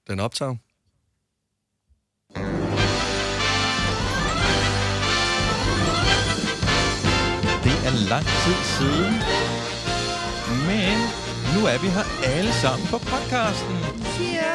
Den optager. Det er lang tid siden, men nu er vi her alle sammen på podcasten. Ja.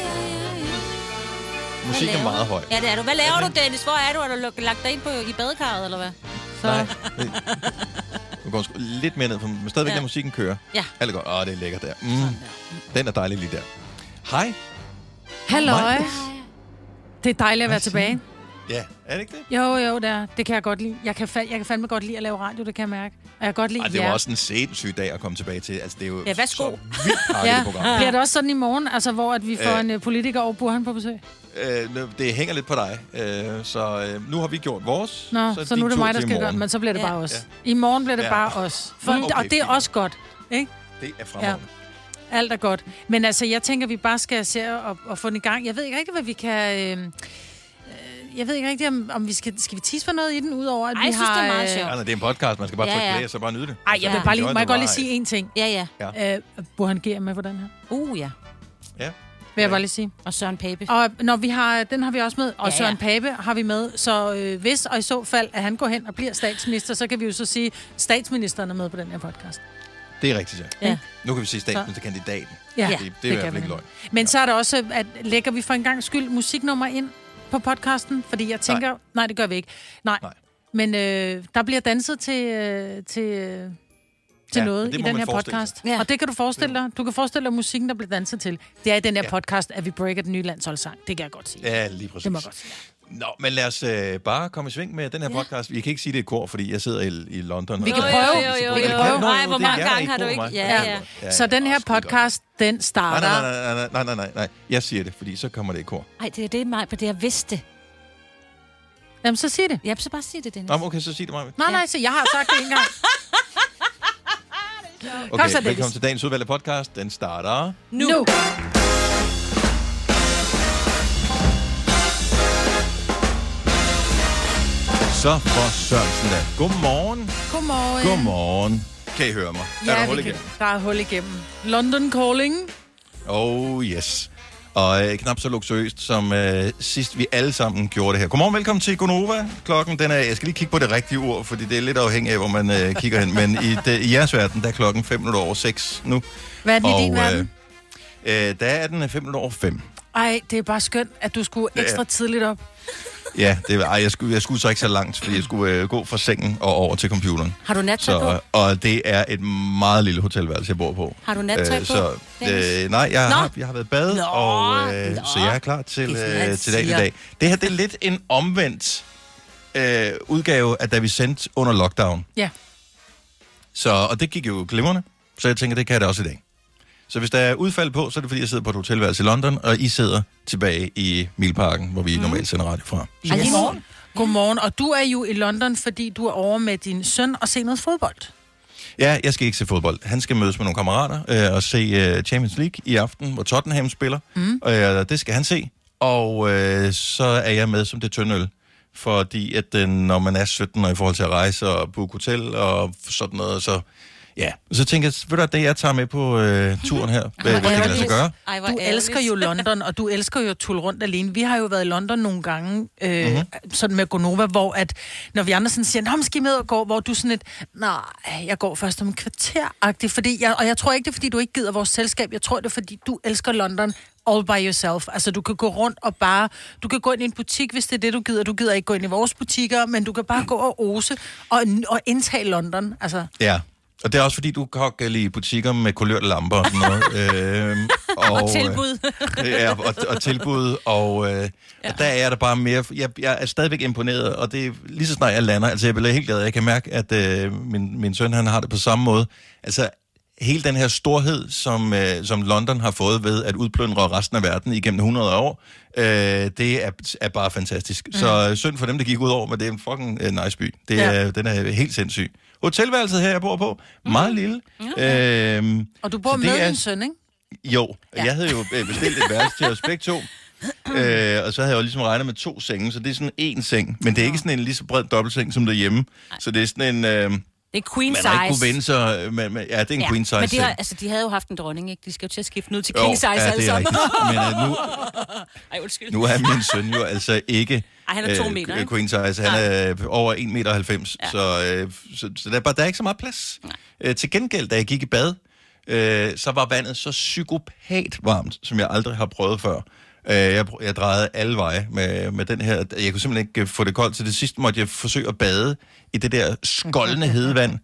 Musikken er meget høj. Ja, det er du. Hvad laver du, Dennis? Hvor er du? Har du lagt dig ind i badekarret, eller hvad? Så. Nej. Nu går sgu lidt mere ned, men stadigvæk er musikken kører. Ja. Alt er godt. Det er lækkert der. Den er dejlig lige der. Hej. Halløj. Det er dejligt at være tilbage. Ja, er det ikke det? Jo, det kan jeg godt lide. Jeg kan fandme godt lide at lave radio, det kan jeg mærke. Og jeg kan godt lide det var også en sindssyg dag at komme tilbage til. Altså, det er jo værsgo. så vildt pakket program. Bliver det også sådan i morgen, altså, hvor at vi får en politiker og Burhan på besøg? Det hænger lidt på dig. Nu har vi gjort vores. Så nu er det mig, der skal gøre det, men så bliver det bare os. Ja. I morgen bliver det bare os. Og det er også godt, ikke? Det er fremragende. Ja. Alt er godt. Men altså, jeg tænker, vi bare skal se og få den i gang. Jeg ved ikke rigtig, hvad vi kan... Jeg ved ikke rigtig, om vi skal vi tease for noget i den, udover at vi har... Jeg synes, det er meget sjovt. Det er en podcast, man skal bare trykke play, og så bare nyde det. Ej, jeg vil bare lige, må jeg godt lige sige en ting? Ja. Burhan G er med på den her. Ja. Ja. Vil jeg bare lige sige. Og Søren Pape. Og når vi har, den har vi også med, og Søren Pape har vi med, så hvis og i så fald, at han går hen og bliver statsminister, så kan vi jo så sige, at statsministeren er med på den her podcast. Det er rigtigt, ja. Nu kan vi sige statsministerkandidaten. Ja, det er i hvert fald ikke løgn. Men så er der også, at lægger vi for en gang skyld musiknummer ind på podcasten, fordi jeg tænker... Nej, det gør vi ikke. Nej. Men der bliver danset til noget i den her podcast. Ja. Og det kan du forestille dig. Du kan forestille dig musikken, der bliver danset til. Det er i den her podcast, at vi breaker den nye landsholdssang. Det kan jeg godt sige. Ja, lige præcis. Det må jeg godt sige. Nå, men lad os bare komme i sving med den her podcast. Vi kan ikke sige, det er kor, fordi jeg sidder i London. Vi kan prøve. Vi kan prøve. Nej, hvor mange gange har du ikke? Ja. Så den her podcast, den starter... Nej. Jeg siger det, fordi så kommer det i kor. Nej, det er det, mig, for det jeg vidste. Jamen, så sig det. Ja, så bare sig det, Dennis. Okay, så sig det mig. Nej, så jeg har sagt det en gang. Okay, velkommen til dagens udvalgte podcast. Den starter... Nu. Så for Sørensen da. Godmorgen. Kan I høre mig? Ja, er der hul igennem? Der er hul igennem. London calling. Oh yes. Og knap så luksuriøst som sidst vi alle sammen gjorde det her. Godmorgen, velkommen til Gonova. Klokken, jeg skal lige kigge på det rigtige ord, fordi det er lidt afhængigt af, hvor man kigger hen. Men i jeres verden, der er klokken 5:06 nu. Hvad er den i din verden? Der er den 5:05. Ej, det er bare skønt, at du skulle ekstra tidligt op. Ja, jeg skulle så ikke så langt, fordi jeg skulle gå fra sengen og over til computeren. Har du nattøj på? Og det er et meget lille hotelværelse, jeg bor på. Har du nattøj på? Nej, jeg har været bad, så jeg er klar til dagen i dag. Det her, det er lidt en omvendt udgave af da vi sendte under lockdown. Ja. Og det gik jo glimrende, så jeg tænker, det kan jeg da også i dag. Så hvis der er udfald på, så er det fordi, jeg sidder på et hotelværelse i London, og I sidder tilbage i Milparken, hvor vi normalt sender radio fra. Godmorgen. Og du er jo i London, fordi du er over med din søn og se noget fodbold. Ja, jeg skal ikke se fodbold. Han skal mødes med nogle kammerater og se Champions League i aften, hvor Tottenham spiller. Det skal han se. Og så er jeg med som det tynde øl. Fordi at når man er 17 og i forhold til at rejse og booke hotel og sådan noget, så tænker jeg, ved du, at det jeg tager med på turen her, hvad det kan lade sig gøre? Du elsker jo London, og du elsker jo at tulle rundt alene. Vi har jo været i London nogle gange, sådan med Gonova, hvor at, når vi andre sådan siger, nå, skal I med og gå, hvor du sådan et, nej, jeg går først om en kvarter-agtigt, og jeg tror ikke, det er, fordi du ikke gider vores selskab, jeg tror, det er, fordi du elsker London all by yourself. Altså, du kan gå rundt og du kan gå ind i en butik, hvis det er det, du gider. Du gider ikke gå ind i vores butikker, men du kan bare gå og ose og indtage London. Altså. Ja. Og det er også fordi, du kan lide butikker med kulørte lamper og sådan noget. Og tilbud. Og tilbud. Og der er der bare mere... Jeg er stadigvæk imponeret, og det er lige så snart jeg lander. Altså, jeg bliver helt glad. Jeg kan mærke, at min søn, han har det på samme måde. Altså, hele den her storhed, som London har fået ved at udplyndre resten af verden igennem 100 år, det er bare fantastisk. Så synd for dem, der gik ud over, men det er en fucking nice by. Den er helt sindssyg. Hotelværelset her, jeg bor på, meget lille. Og du bor med din søn, ikke? Jo, jeg havde jo bestilt et værelse til os begge to. Og så havde jeg jo ligesom regnet med 2 senge, så det er sådan en seng. Men det er ikke sådan en lige så bred dobbeltseng som derhjemme. Så det er sådan en... Det er queen size. Man har ikke kunne vinde sig... ja, det er en queen size. Men de havde jo haft en dronning, ikke? De skal jo til at skifte ud til king size alle sammen. Men nu er min søn jo altså ikke... han er 2 meter, ikke? Queen size. Han er over 1,90 meter. Ja. Så der er ikke så meget plads. Til gengæld, da jeg gik i bad, så var vandet så psykopat varmt, som jeg aldrig har prøvet før. Jeg drejede alle veje med den her. Jeg kunne simpelthen ikke få det koldt. Til det sidste måtte jeg forsøge at bade i det der skoldende hedevand.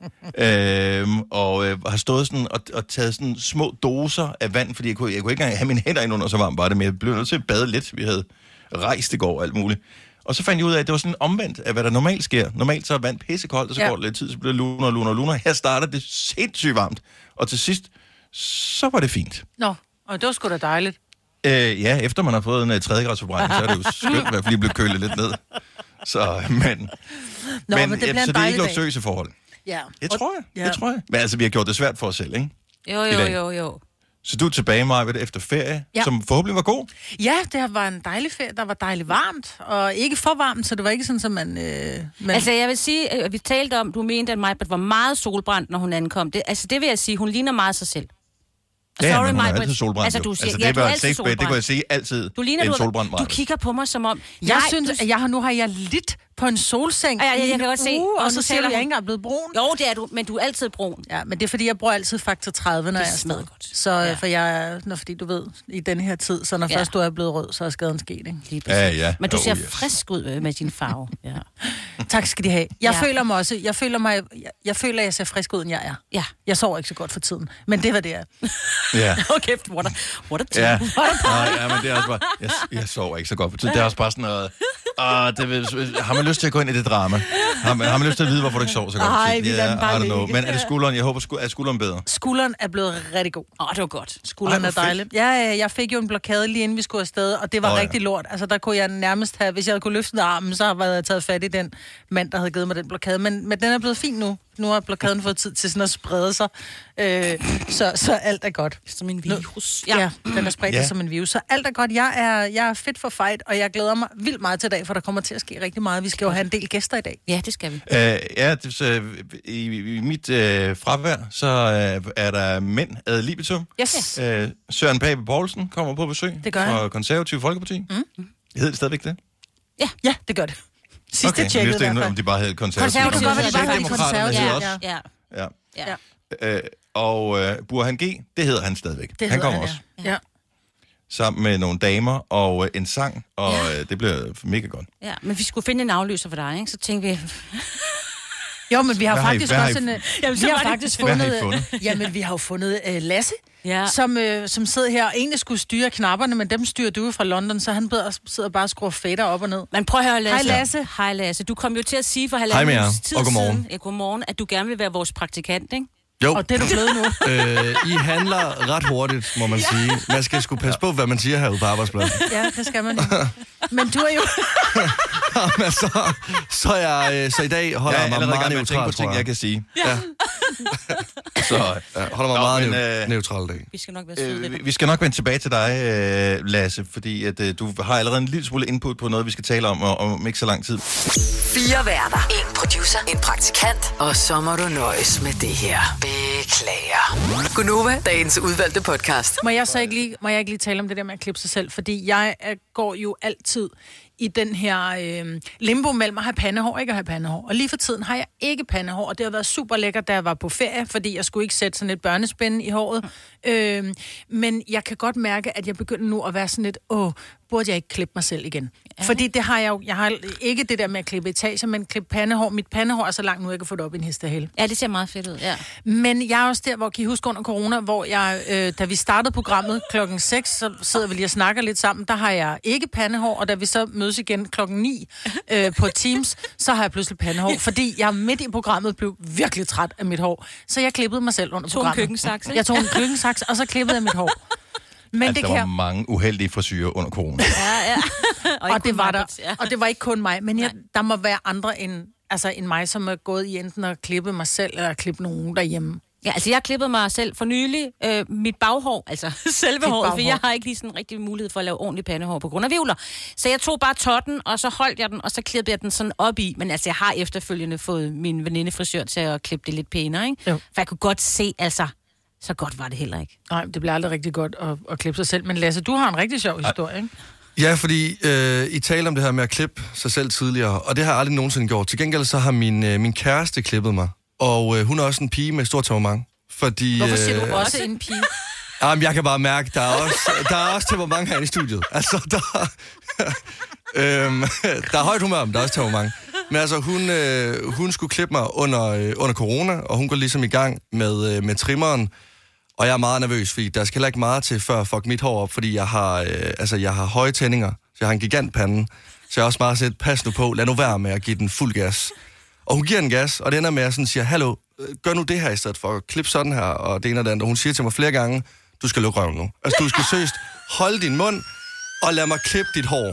Og har stået sådan og taget sådan små doser af vand, fordi jeg kunne ikke engang have mine hænder ind under, så varmt var det. Men jeg blev nødt til at bade lidt. Vi havde rejst i går og alt muligt. Og så fandt jeg ud af, at det var sådan omvendt af, hvad der normalt sker. Normalt så er vand pissekoldt, og så går det lidt tid, så bliver det luner. Her starter det sindssygt varmt. Og til sidst, så var det fint. Nå, og det var sgu da dejligt. Ja, efter man har fået en 3. grads forbrænding, så er det jo skønt, i hvert fald lige blevet kølet lidt ned. Så, men det bliver så det er ikke luksuriøse forhold. Ja. Det tror jeg. Men altså, vi har gjort det svært for os selv, ikke? Jo. Så du er tilbage, Maja, efter ferie, som forhåbentlig var god? Ja, det var en dejlig ferie. Der var dejligt varmt, og ikke for varmt, så det var ikke sådan, som man... Altså, jeg vil sige, at vi talte om, du mente, at Majbert var meget solbrændt, når hun ankom. Det vil jeg sige, hun ligner meget sig selv. Ja, men hun er altid solbrændt. Altså, du siger, det var safe bet, det kunne jeg sige altid. Du ligner, en solbrændt Maja. Du kigger på mig som om... Jeg synes, nu har jeg lidt på en solseng jeg kan godt se. Og så siger du, at jeg ikke engang er blevet brun. Jo, det er du, men du er altid brun. Ja, men det er fordi, jeg bruger altid faktor 30, når jeg er afsted. Så for jeg, fordi du ved, i den her tid, så når først du er blevet rød, så er skaden sket, ikke? Ja. Men du ser frisk ud med din farve. Ja. Tak skal de have. Jeg føler mig også, jeg føler, jeg ser frisk ud, end jeg er. Ja. Jeg sover ikke så godt for tiden, men det var det, jeg Ja. Okay, what a team. Ja. Ja, men det er også bare... Jeg sover ikke så godt for tiden. Det er også bare sådan noget... har man lyst til at gå ind i det drama? Har man lyst til at vide, hvorfor du ikke sover så godt? Nej, vi lader den bare ligge. Men er det skulderen? Jeg håber, er skulderen bedre? Skulderen er blevet rigtig god. Det var godt. Skulderen er dejlig. Ja, jeg fik jo en blokade lige inden vi skulle afsted, og det var rigtig lort. Altså, der kunne jeg nærmest have... Hvis jeg havde kunne løfte armen, så havde jeg taget fat i den mand, der havde givet mig den blokade. Men den er blevet fin nu. Nu har blokaden fået tid til sådan at sprede sig. Så alt er godt. Som en virus. Ja, den er spredt som en virus. Så alt er godt. Jeg er fit for fight, og jeg glæder mig vildt meget til i dag, for der kommer til at ske rigtig meget. Vi skal jo have en del gæster i dag. Ja, det skal vi. I mit fravær, så er der mænd ad libitum. Yes. Søren Pape Poulsen kommer på besøg. Det gør fra Konservative Folkeparti. Hedder det stadigvæk det? Ja, det gør det. Sidste tjekkede i hvert fald. Om de bare hed Konservative. Ja. Og Burhan G, det hedder han stadigvæk. Han kommer også. Ja. Sammen med nogle damer og en sang, og det bliver mega godt. Ja, men vi skulle finde en afløser for dig, ikke? Så tænkte vi... Jo, men vi har faktisk også en... Vi har faktisk fundet... Jamen, vi har jo fundet Lasse, som sidder her og egentlig skulle styre knapperne, men dem styrer du fra London, så han sidder bare og skruer fader op og ned. Men prøv at høre, Lasse. Hej, Lasse. Hej, Lasse. Du kom jo til at sige for halvanden uges tid siden, godmorgen, at du gerne vil være vores praktikant, ikke? Jo. Og det er du blevet nu. I handler ret hurtigt, må man sige. Man skal sgu passe på, hvad man siger herude på arbejdspladsen. Ja, det skal man. Men du er jo... Jamen, så i dag holder jeg mig meget neutral, på ting, jeg kan sige. Ja. Så holder mig meget neutral i dag. Vi skal nok være søde. Vi skal nok vende tilbage til dig, Lasse, fordi at, du har allerede en lille smule input på noget, vi skal tale om ikke så lang tid. 4 værter, 1 producer, 1 praktikant, og så må du nøjes med det her. Beklager. Gunova, dagens udvalgte podcast. Må jeg ikke lige tale om det der med at klippe sig selv, fordi jeg går jo altid i den her limbo mellem at have pandehår og ikke at have pandehår. Og lige for tiden har jeg ikke pandehår, og det har været super lækkert, da jeg var på ferie, fordi jeg skulle ikke sætte sådan et børnespænde i håret. Men jeg kan godt mærke, at jeg begynder nu at være sådan lidt, burde jeg ikke klippe mig selv igen? Ja. Fordi det har jeg jo, jeg har ikke det der med at klippe etager, men klippe pandehår. Mit pandehår er så langt nu, jeg kan få det op i en hestehæl. Ja, det ser meget fedt ud, ja. Men jeg er også der, hvor kan I huske under corona, hvor jeg, da vi startede programmet 6:00, så sidder vi lige og snakker lidt sammen, der har jeg ikke pandehår, og da vi så mødes igen 9:00 på Teams, så har jeg pludselig pandehår, fordi jeg midt i programmet blev virkelig træt af mit hår. Så jeg klippede mig selv under programmet. Køkkensaks, jeg tog en køkkensaks, og så klippede jeg mit hår. Men det der var mange uheldige frisyrer under corona. Ja. Og det var der. Og det var ikke kun mig, men der må være andre end mig, som er gået i enten at klippe mig selv, eller at klippe nogen derhjemme. Ja, altså jeg har klippet mig selv for nylig. Mit baghår, altså selve håret, for jeg har ikke lige sådan rigtig mulighed for at lave ordentlig pandehår på grund af hvirvler. Så jeg tog bare totten, og så holdt jeg den, og så klippede jeg den sådan op i. Men altså jeg har efterfølgende fået min venindefrisør til at klippe det lidt pænere, ikke? Jo. For jeg kunne godt se, altså, så godt var det heller ikke. Nej, det bliver aldrig rigtig godt at klippe sig selv. Men Lasse, du har en rigtig sjov historie, ikke? Ja, fordi I talte om det her med at klippe sig selv tidligere, og det har jeg aldrig nogensinde gjort. Til gengæld så har min kæreste klippet mig, og hun er også en pige med stor temperament. Fordi, hvorfor siger du også en pige? Jamen, jeg kan bare mærke, der er også temperament herinde i studiet. Altså, der er højt humør, men der er også temperament. Men altså, hun skulle klippe mig under corona, og hun går ligesom i gang med trimmeren. Og jeg er meget nervøs, fordi der skal heller ikke meget til, før jeg fuck mit hår op, fordi jeg har høje tændinger, så jeg har en gigantpande. Så jeg er også meget sådan, pas nu på, lad nu være med at give den fuld gas. Og hun giver den gas, og det ender med, at jeg sådan siger, hallo, gør nu det her i stedet for, klip sådan her, og det ene og det andet. Og hun siger til mig flere gange, du skal lukke røven nu. Altså, du skal seriøst holde din mund, og lad mig klippe dit hår.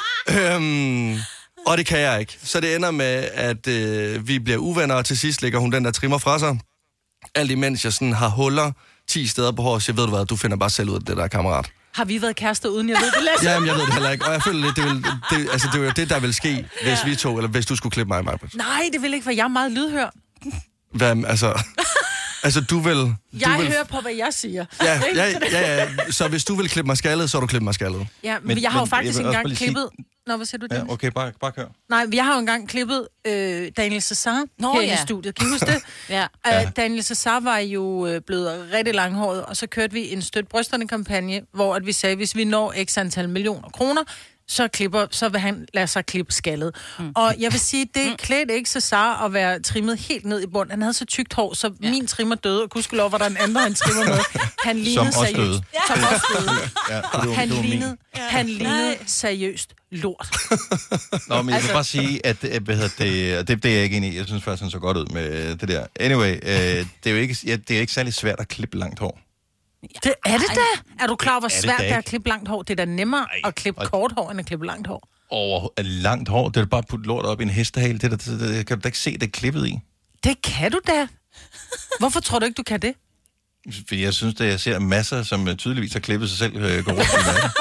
Og det kan jeg ikke. Så det ender med, at vi bliver uvenner, og til sidst lægger hun den der trimmer fra sig. Alt imens jeg sådan har huller 10 steder på håret, så jeg ved du hvad, du finder bare selv ud af det der, kammerat. Har vi været kærester uden, jeg ved det, Lasse? Jamen, jeg ved det heller ikke. Og jeg føler lidt, det var jo det, der ville ske, hvis vi to, eller hvis du skulle klippe mig. Nej, det vil ikke, for jeg er meget lydhør. Hvad, altså, du vil... Hører på, hvad jeg siger. Ja. Så hvis du vil klippe mig skaldet, så er du klippe mig skaldet. Ja, men jeg har jo faktisk engang klippet... Nå, hvad siger du, Dennis? Ja, okay, bare kør. Nej, jeg har jo engang klippet Daniel Cesar her i studiet. Kan I huske det? Ja. Daniel Cesar var jo blevet rigtig langhåret, og så kørte vi en støt brysterne-kampagne, hvor at vi sagde, hvis vi når x antal millioner kroner, så vil han lade sig klippe skaldet. Og jeg vil sige, det klædte ikke Cesar at være trimmet helt ned i bund. Han havde så tykt hår, så min trimmer døde, og gudskelov var der en anden, han trimmer med. Han lignede som også døde. Som også døde. Han lignede seriøst lort. Nå, men jeg vil bare sige, at det er jeg ikke enig i. Jeg synes faktisk, han så godt ud med det der. Anyway, det er jo ikke særlig svært at klippe langt hår. Det er det da. Er du klar, hvor svært det er at klippe langt hår? Det er da nemmere at klippe kort hår, end at klippe langt hår. Langt hår? Det er bare at putte lort op i en hestehale. Det kan du da ikke se, det er klippet i. Det kan du da. Hvorfor tror du ikke, du kan det? Fordi jeg synes, at jeg ser masser, som tydeligvis har klippet sig selv gå rundt i verden.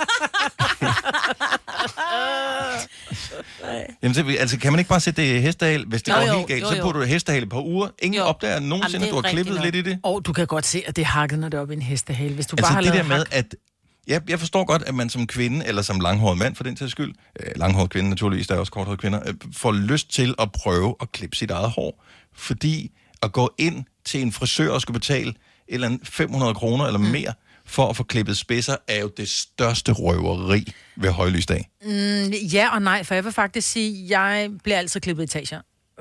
Jamen, altså, kan man ikke bare sætte det i hestehale? Hvis det går helt galt, så putter du hestehale på uger. Ingen opdager nogensinde, at du har klippet lidt i det. Og du kan godt se, at det er hakket, når det er op i en hestehale. Hvis du altså, bare har det lavet der med, at... Jeg forstår godt, at man som kvinde, eller som langhåret mand for den til skyld, langhåret kvinde naturligvis, der er også korthåret kvinder, får lyst til at prøve at klippe sit eget hår. Fordi at gå ind til en frisør og skulle betale et eller andet 500 kroner eller mere, for at få klippet spidser, er jo det største røveri ved højlysdag. Ja og nej, for jeg vil faktisk sige, at jeg bliver altid klippet etager.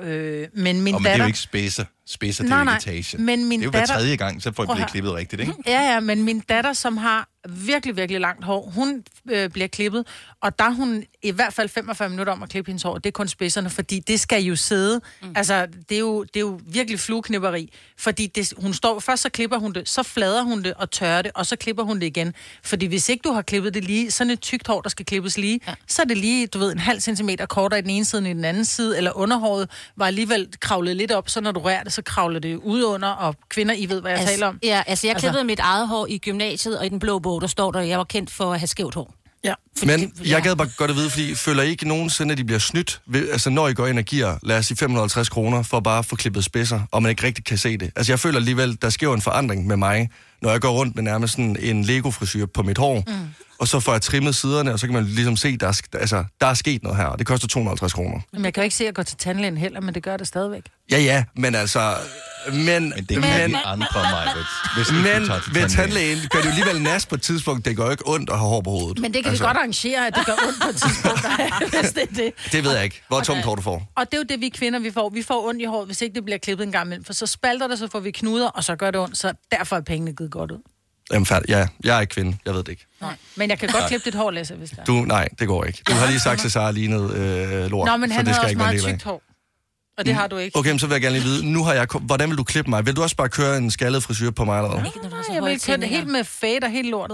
Men min datter... det er jo ikke spidser. Spidser, det er jo etage. Men min det er jo datter... hver tredje gang, så får jeg blive klippet rigtigt, ikke? Ja, men min datter, som har virkelig, virkelig langt hår, hun bliver klippet, og der er hun i hvert fald 45 minutter om at klippe hendes hår. Det er kun spidserne, fordi det skal jo sidde. Altså, det er jo virkelig flueknipperi. Fordi hun står... Først så klipper hun det, så flader hun det og tørrer det, og så klipper hun det igen. Fordi hvis ikke du har klippet det lige, sådan et tykt hår, der skal klippes lige, så er det lige, du ved, 0,5 centimeter kortere i den ene side end i den anden side, eller underhåret var alligevel kravlet lidt op, så når du rører det, så kravler det ud under, og kvinder, I ved, hvad jeg taler om. Ja, altså jeg klippede mit eget hår i gymnasiet, og i den blå bog, der står der, jeg var kendt for at have skævt hår. Ja. Men jeg gad bare godt at vide, fordi føler I ikke nogensinde, at de bliver snydt, altså når I går ind og giver, lad os sige 550 kroner, for bare at få klippet spidser, og man ikke rigtig kan se det. Altså jeg føler alligevel, der sker en forandring med mig, når jeg går rundt med nærmest sådan en Lego-frisyr på mit hår, og så får jeg trimmet siderne, og så kan man ligesom se, der er sket noget her, og det koster 250 kroner. Men jeg kan jo ikke se at gå til tandlægen heller, men det gør det stadigvæk. Ja, men altså... Men det kan de andre mig, men ved tandlægen gør det jo alligevel nas på et tidspunkt. Det gør jo ikke ondt at have hår på hovedet. Men det kan vi godt arrangere, at det gør ondt på et tidspunkt, hvis det er det. Det ved jeg ikke. Hvor tungt hår du får. Og det er jo det, vi kvinder, vi får. Vi får ondt i håret, hvis ikke det bliver klippet en gang imellem. For så spalter det, så får vi knuder, og så gør det ondt. Så derfor er pengene givet godt ud. Jamen færdig. Ja, jeg er ikke kvinde. Jeg ved det ikke. Nej. Men jeg kan godt klippe dit hår, Lasse, hvis det er. Nej, det går ikke. Du har lige sagt, at Cesar lignede lort. Nå, men han har også meget tykt hår. Og det har du ikke. Okay, så vil jeg gerne lige vide, nu har jeg... Hvordan vil du klippe mig? Vil du også bare køre en skaldet frisyr på mig eller hvad? Nej, jeg vil køre det helt med fade og helt lortet.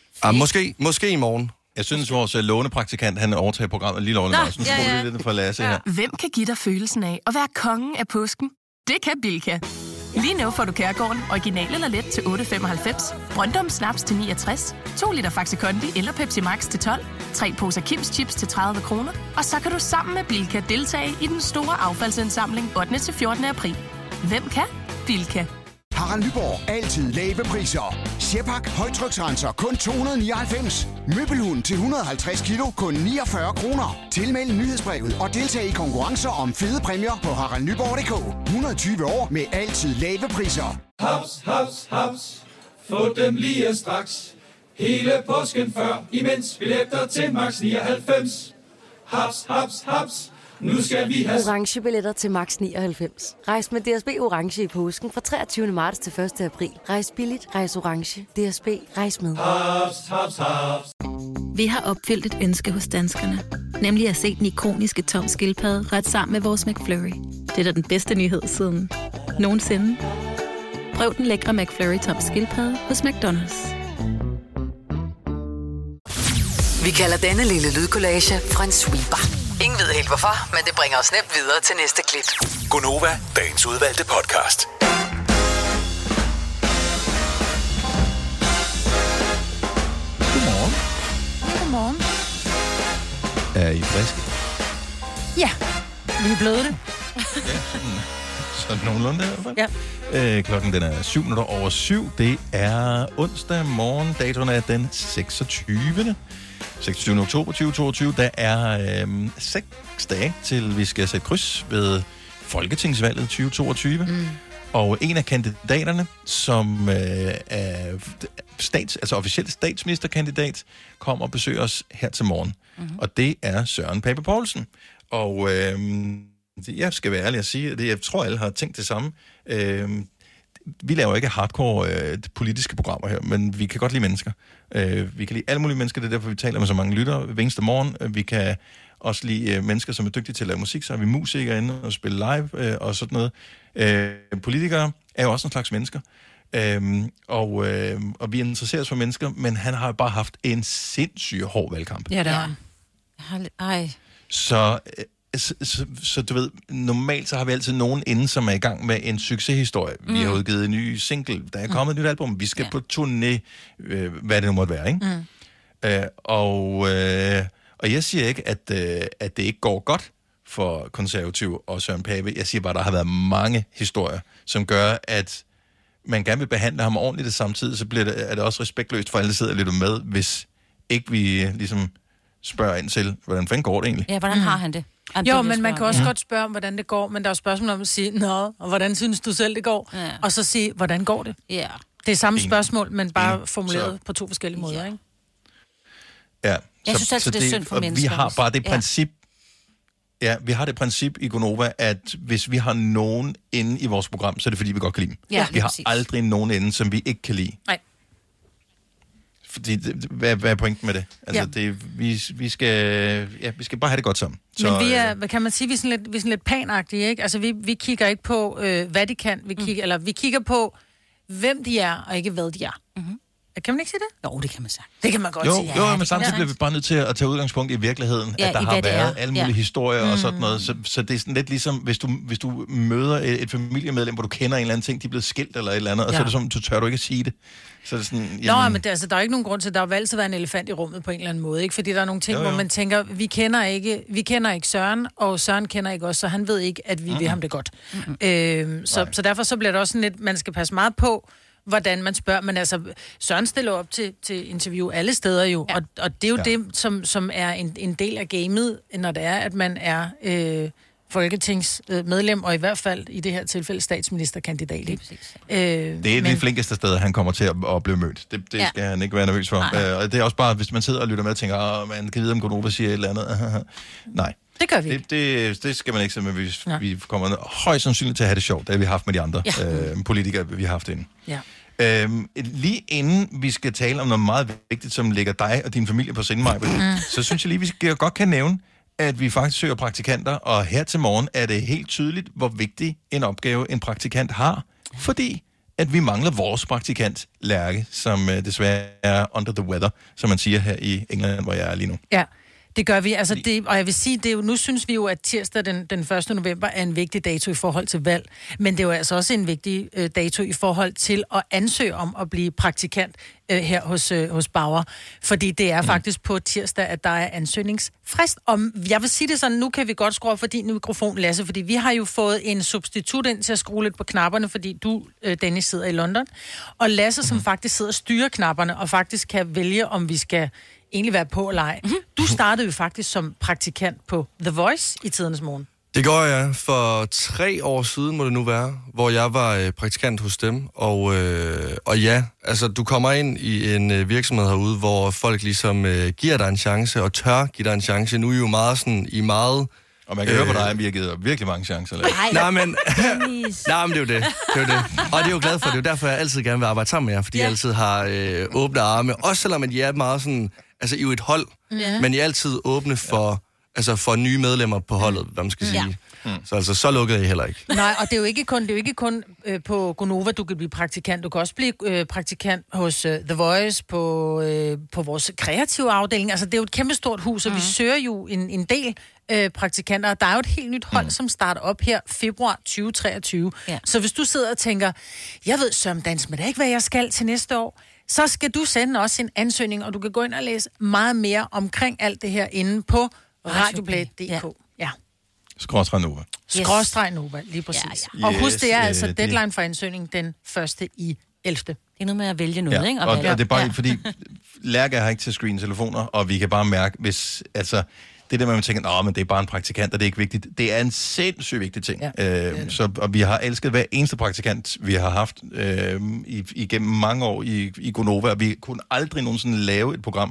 Måske i morgen. Jeg synes, vores lånepraktikant, han overtager programmet lige lovligt. Nu skruer vi lidt for Lasse her. Hvem kan give dig følelsen af at være kongen af påsken? Det kan Bilka. Lige nu får du Kærgården original eller let til 8,95, Brøndum Snaps til 69, 2 liter Faxi Kondi eller Pepsi Max til 12, 3 poser Kims Chips til 30 kroner, og så kan du sammen med Bilka deltage i den store affaldsindsamling 8. til 14. april. Hvem kan? Bilka. Harald Nyborg. Altid lave priser. Sjehpak højtryksrenser kun 299. Møbelhund til 150 kilo kun 49 kroner. Tilmeld nyhedsbrevet og deltag i konkurrencer om fede præmier på haraldnyborg.dk. 120 år med altid lave priser. Haps, haps, haps. Få dem lige straks. Hele påsken før, imens billetter til max 99. Haps, haps, haps. Nu skal vi have orange billetter til max 99. Rejs med DSB orange i påsken fra 23. marts til 1. april. Rejs billigt, rejs orange. DSB, rejs med. haps, haps, haps. Vi har opfyldt et ønske hos danskerne. Nemlig at se den ikoniske Tom Skildpadde ret sammen med vores McFlurry. Det er da den bedste nyhed siden nogensinde. Prøv den lækre McFlurry Tom Skildpadde hos McDonald's. Vi kalder denne lille lydkollage en sweeper. Ingen ved helt hvorfor, men det bringer os nemt videre til næste klip. Gonova, dagens udvalgte podcast. Godmorgen. Godmorgen. Er I friske? Ja, vi er blevet det. Sådan nogenlunde i hvert fald. Ja. Klokken den er 7:07. Det er onsdag morgen. Datoen er den 26. oktober 2022. Der er 6 dage til vi skal sætte kryds ved Folketingsvalget 2022. Og en af kandidaterne, som er officielt statsministerkandidat, kommer og besøger os her til morgen. Og det er Søren Pape Poulsen. Og jeg skal være ærlig at sige, at jeg tror, alle har tænkt det samme. Vi laver ikke hardcore politiske programmer her, men vi kan godt lide mennesker. Vi kan lide alle mulige mennesker, det er derfor, vi taler med så mange lyttere hver eneste morgen. Vi kan også lide mennesker, som er dygtige til at lave musik, så har vi musikere inde og spille live og sådan noget. Politikere er jo også en slags mennesker. Og vi interesserer os for mennesker, men han har bare haft en sindssygt hård valgkamp. Ja, det har han. Så du ved, normalt så har vi altid nogen inde, som er i gang med en succeshistorie. Vi har udgivet en ny single, der er kommet et nyt album, vi skal på turné, hvad det nu måtte være, ikke? Og jeg siger ikke, at det ikke går godt for Konservative og Søren Pape. Jeg siger bare, at der har været mange historier, som gør, at man gerne vil behandle ham ordentligt, og samtidig så er det også respektløst for alle, der sidder og lytter med, hvis ikke vi ligesom spørger ind til, hvordan fanden går det egentlig? Ja, hvordan har han det? Jo, men man kan også godt spørge, hvordan det går, men der er jo spørgsmål om at sige, og hvordan synes du selv, det går? Ja. Og så sige, hvordan går det? Ja. Det er samme spørgsmål, men bare formuleret på 2 forskellige måder, ikke? Ja. Jeg synes altså, det er synd for mennesker. Vi har bare det princip, vi har det princip i Gonova, at hvis vi har nogen inde i vores program, så er det fordi, vi godt kan lide dem. Ja, vi har aldrig nogen inde, som vi ikke kan lide. Nej. Fordi, hvad er pointen med det? Altså, vi skal bare have det godt sammen. Så, men vi er, hvad kan man sige, vi er sådan lidt panagtige, ikke? Altså, vi kigger ikke på, hvad de kan. Vi kigger på, hvem de er, og ikke hvad de er. Kan man ikke sige det? Jo, det kan man sige. Det kan man godt sige. Jo, men samtidig bliver vi bare nødt til at tage udgangspunkt i virkeligheden, at der har været alle mulige historier og sådan noget. Så det er sådan lidt ligesom, hvis du møder et familiemedlem, hvor du kender en eller anden ting, de er blevet skilt eller et eller andet, og så er det som, du tør du ikke at sige det. Så er det sådan, jamen... men der er ikke nogen grund til, der har altid været en elefant i rummet på en eller anden måde, ikke? Fordi der er nogle ting, hvor man tænker, vi kender ikke Søren, og Søren kender ikke os, så han ved ikke, at vi vil ham det godt. Så derfor så bliver det også sådan lidt, man skal passe meget på, hvordan man spørger, men altså, Søren stiller op til interview alle steder jo, og det er jo det, som er en del af gamet, når det er, at man er folketingsmedlem, og i hvert fald i det her tilfælde statsministerkandidat. Det er de flinkeste steder, han kommer til at blive mødt. Det skal han ikke være nervøs for. Og det er også bare, hvis man sidder og lytter med og tænker, man kan vide, om Gonova siger et eller andet. Nej. Det gør vi ikke. Det skal man ikke sige, men vi kommer højst sandsynligt til at have det sjovt. Det har vi haft med de andre politikere, vi har haft inde. Ja. Lige inden vi skal tale om noget meget vigtigt, som ligger dig og din familie på sinde, så synes jeg lige, vi godt kan nævne, at vi faktisk søger praktikanter, og her til morgen er det helt tydeligt, hvor vigtig en opgave en praktikant har, fordi at vi mangler vores praktikant, Lærke, som desværre er under the weather, som man siger her i England, hvor jeg er lige nu. Ja, Det gør vi. Altså og jeg vil sige, det er jo, nu synes vi jo, at tirsdag den 1. november er en vigtig dato i forhold til valg. Men det er jo altså også en vigtig dato i forhold til at ansøge om at blive praktikant her hos Bauer. Fordi det er faktisk på tirsdag, at der er ansøgningsfrist. Og jeg vil sige det sådan, nu kan vi godt skrue op for din mikrofon, Lasse, fordi vi har jo fået en substitut ind til at skrue lidt på knapperne, fordi du, Dennis, sidder i London. Og Lasse, som faktisk sidder og styrer knapperne, og faktisk kan vælge, om vi skal egentlig være på eller ej. Du startede jo faktisk som praktikant på The Voice i tidernes morgen. Det gjorde jeg for 3 år siden, må det nu være, hvor jeg var praktikant hos dem. Og ja, altså du kommer ind i en virksomhed herude, hvor folk ligesom giver dig en chance, og tør give dig en chance. Nu er I jo meget sådan, Og man kan høre på dig, at vi har givet virkelig mange chancer. Nej, men det er jo det. Og det er jo glad for. Det er jo derfor, jeg altid gerne vil arbejde sammen med jer, fordi jeg altid har åbne arme. Også selvom I er meget sådan, altså I er jo et hold, men I er altid åbne for nye medlemmer på holdet, hvad man skal sige. Så altså, så lukkede I heller ikke. Nej, og det er jo ikke kun på Gonova, du kan blive praktikant. Du kan også blive praktikant hos The Voice, på vores kreative afdeling. Altså, det er jo et kæmpestort hus, og vi søger jo en del praktikanter. Der er jo et helt nyt hold, som starter op her februar 2023. Ja. Så hvis du sidder og tænker, jeg ved sømdans, men det er ikke, hvad jeg skal til næste år, så skal du sende også en ansøgning, og du kan gå ind og læse meget mere omkring alt det her inde på radioplay.dk. Ja. Skråstreg Nova. Skråstreg Nova, lige præcis. Ja. Og husk, det er altså deadline for ansøgning den 1. i 11. Det er noget med at vælge noget, ikke? Og det er bare fordi, Lærke har ikke til screen-telefoner, og vi kan bare mærke, hvis, altså, det der med, at man tænker, men det er bare en praktikant, og det er ikke vigtigt. Det er en sindssygt vigtig ting. Ja. Og vi har elsket hver eneste praktikant, vi har haft igennem mange år i Gonova, og vi kunne aldrig nogensinde lave et program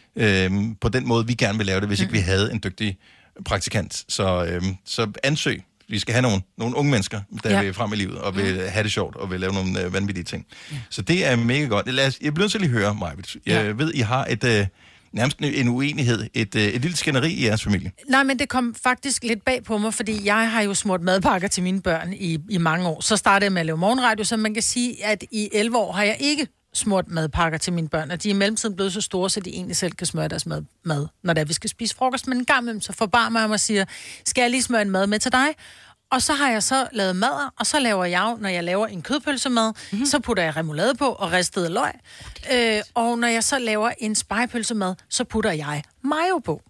på den måde, vi gerne vil lave det, hvis ikke vi havde en dygtig praktikant. Så ansøg. Vi skal have nogle unge mennesker, der vil frem i livet, og vil have det sjovt, og vil lave nogle vanvittige ting. Så det er mega godt. Jeg bliver nødt til at høre, Majbrit. Jeg ved, I har nærmest en uenighed, et lille skænderi i jeres familie. Nej, men det kom faktisk lidt bag på mig, fordi jeg har jo smurt madpakker til mine børn i mange år. Så startede jeg med at lave morgenradio, så man kan sige, at i 11 år har jeg ikke smurt madpakker til mine børn, og de er i mellemtiden blevet så store, så de egentlig selv kan smøre deres mad, når det er, vi skal spise frokost. Men en gang imellem, så forbarmer jeg mig og siger, skal jeg lige smøre en mad med til dig? Og så har jeg så lavet mad, og så laver jeg, når jeg laver en kødpølsemad, så putter jeg remoulade på og ristede løg. Og når jeg så laver en spegepølsemad, så putter jeg mayo på.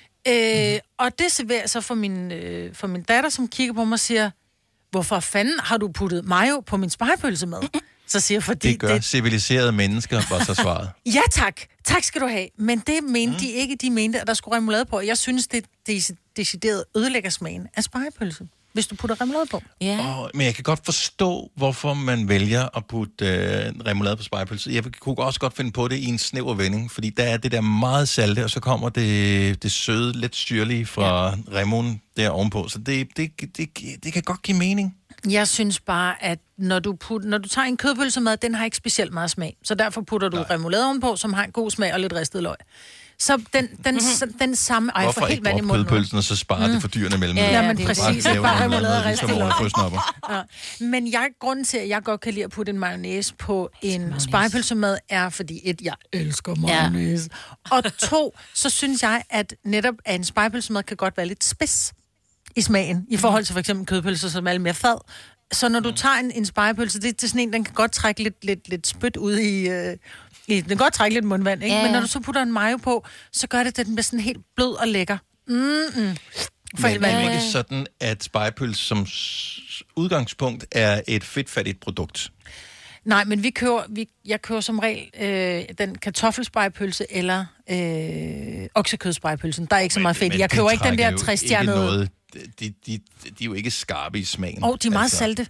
Og det serverer så for min datter, som kigger på mig og siger, hvorfor fanden har du puttet mayo på min spegepølsemad? Så siger jeg, fordi det gør civiliserede mennesker, var så svaret. Ja, tak. Tak skal du have. Men det mente de ikke. De mente, at der skulle remoulade på. Jeg synes, det decideret ødelægger smagen af spegepølse, hvis du putter remoulade på. Men jeg kan godt forstå, hvorfor man vælger at putte remoulade på spegepølse. Jeg kunne også godt finde på det i en snæver vending, fordi der er det der meget salte, og så kommer det søde, lidt syrlige fra remoen der ovenpå. Så det kan godt give mening. Jeg synes bare, at når du tager en kødpølsemad, den har ikke specielt meget smag. Så derfor putter du remoulade ovenpå, som har en god smag og lidt ristet løg. Så den samme... Hvorfor ikke droppe kødpølsen, og så spare det for dyrene mellem? Ja, men præcis. Bare remoulade og ristet løg. Men grunden til, at jeg godt kan lide at putte en mayonnaise på en spegepølsemad, er fordi, 1, jeg elsker mayonnaise. Og 2, så synes jeg, at netop en spegepølsemad kan godt være lidt spids i smagen, i forhold til for eksempel kødpølser, som er lidt mere fad. Så når du tager en spegepølse, det er sådan en, den kan godt trække lidt spyt ud i den kan godt trække lidt mundvand, ikke? Men når du så putter en mayo på, så gør det, at den bliver sådan helt blød og lækker. Men det er jo ikke sådan, at spegepølse som udgangspunkt er et fedtfattigt produkt. Nej, men jeg kører som regel den kartoffelspegepølse eller oksekødspegepølsen. Der er ikke så meget fedt. Jeg køber ikke den der 3-stjernede. De er jo ikke skarpe i smagen. De er meget salte.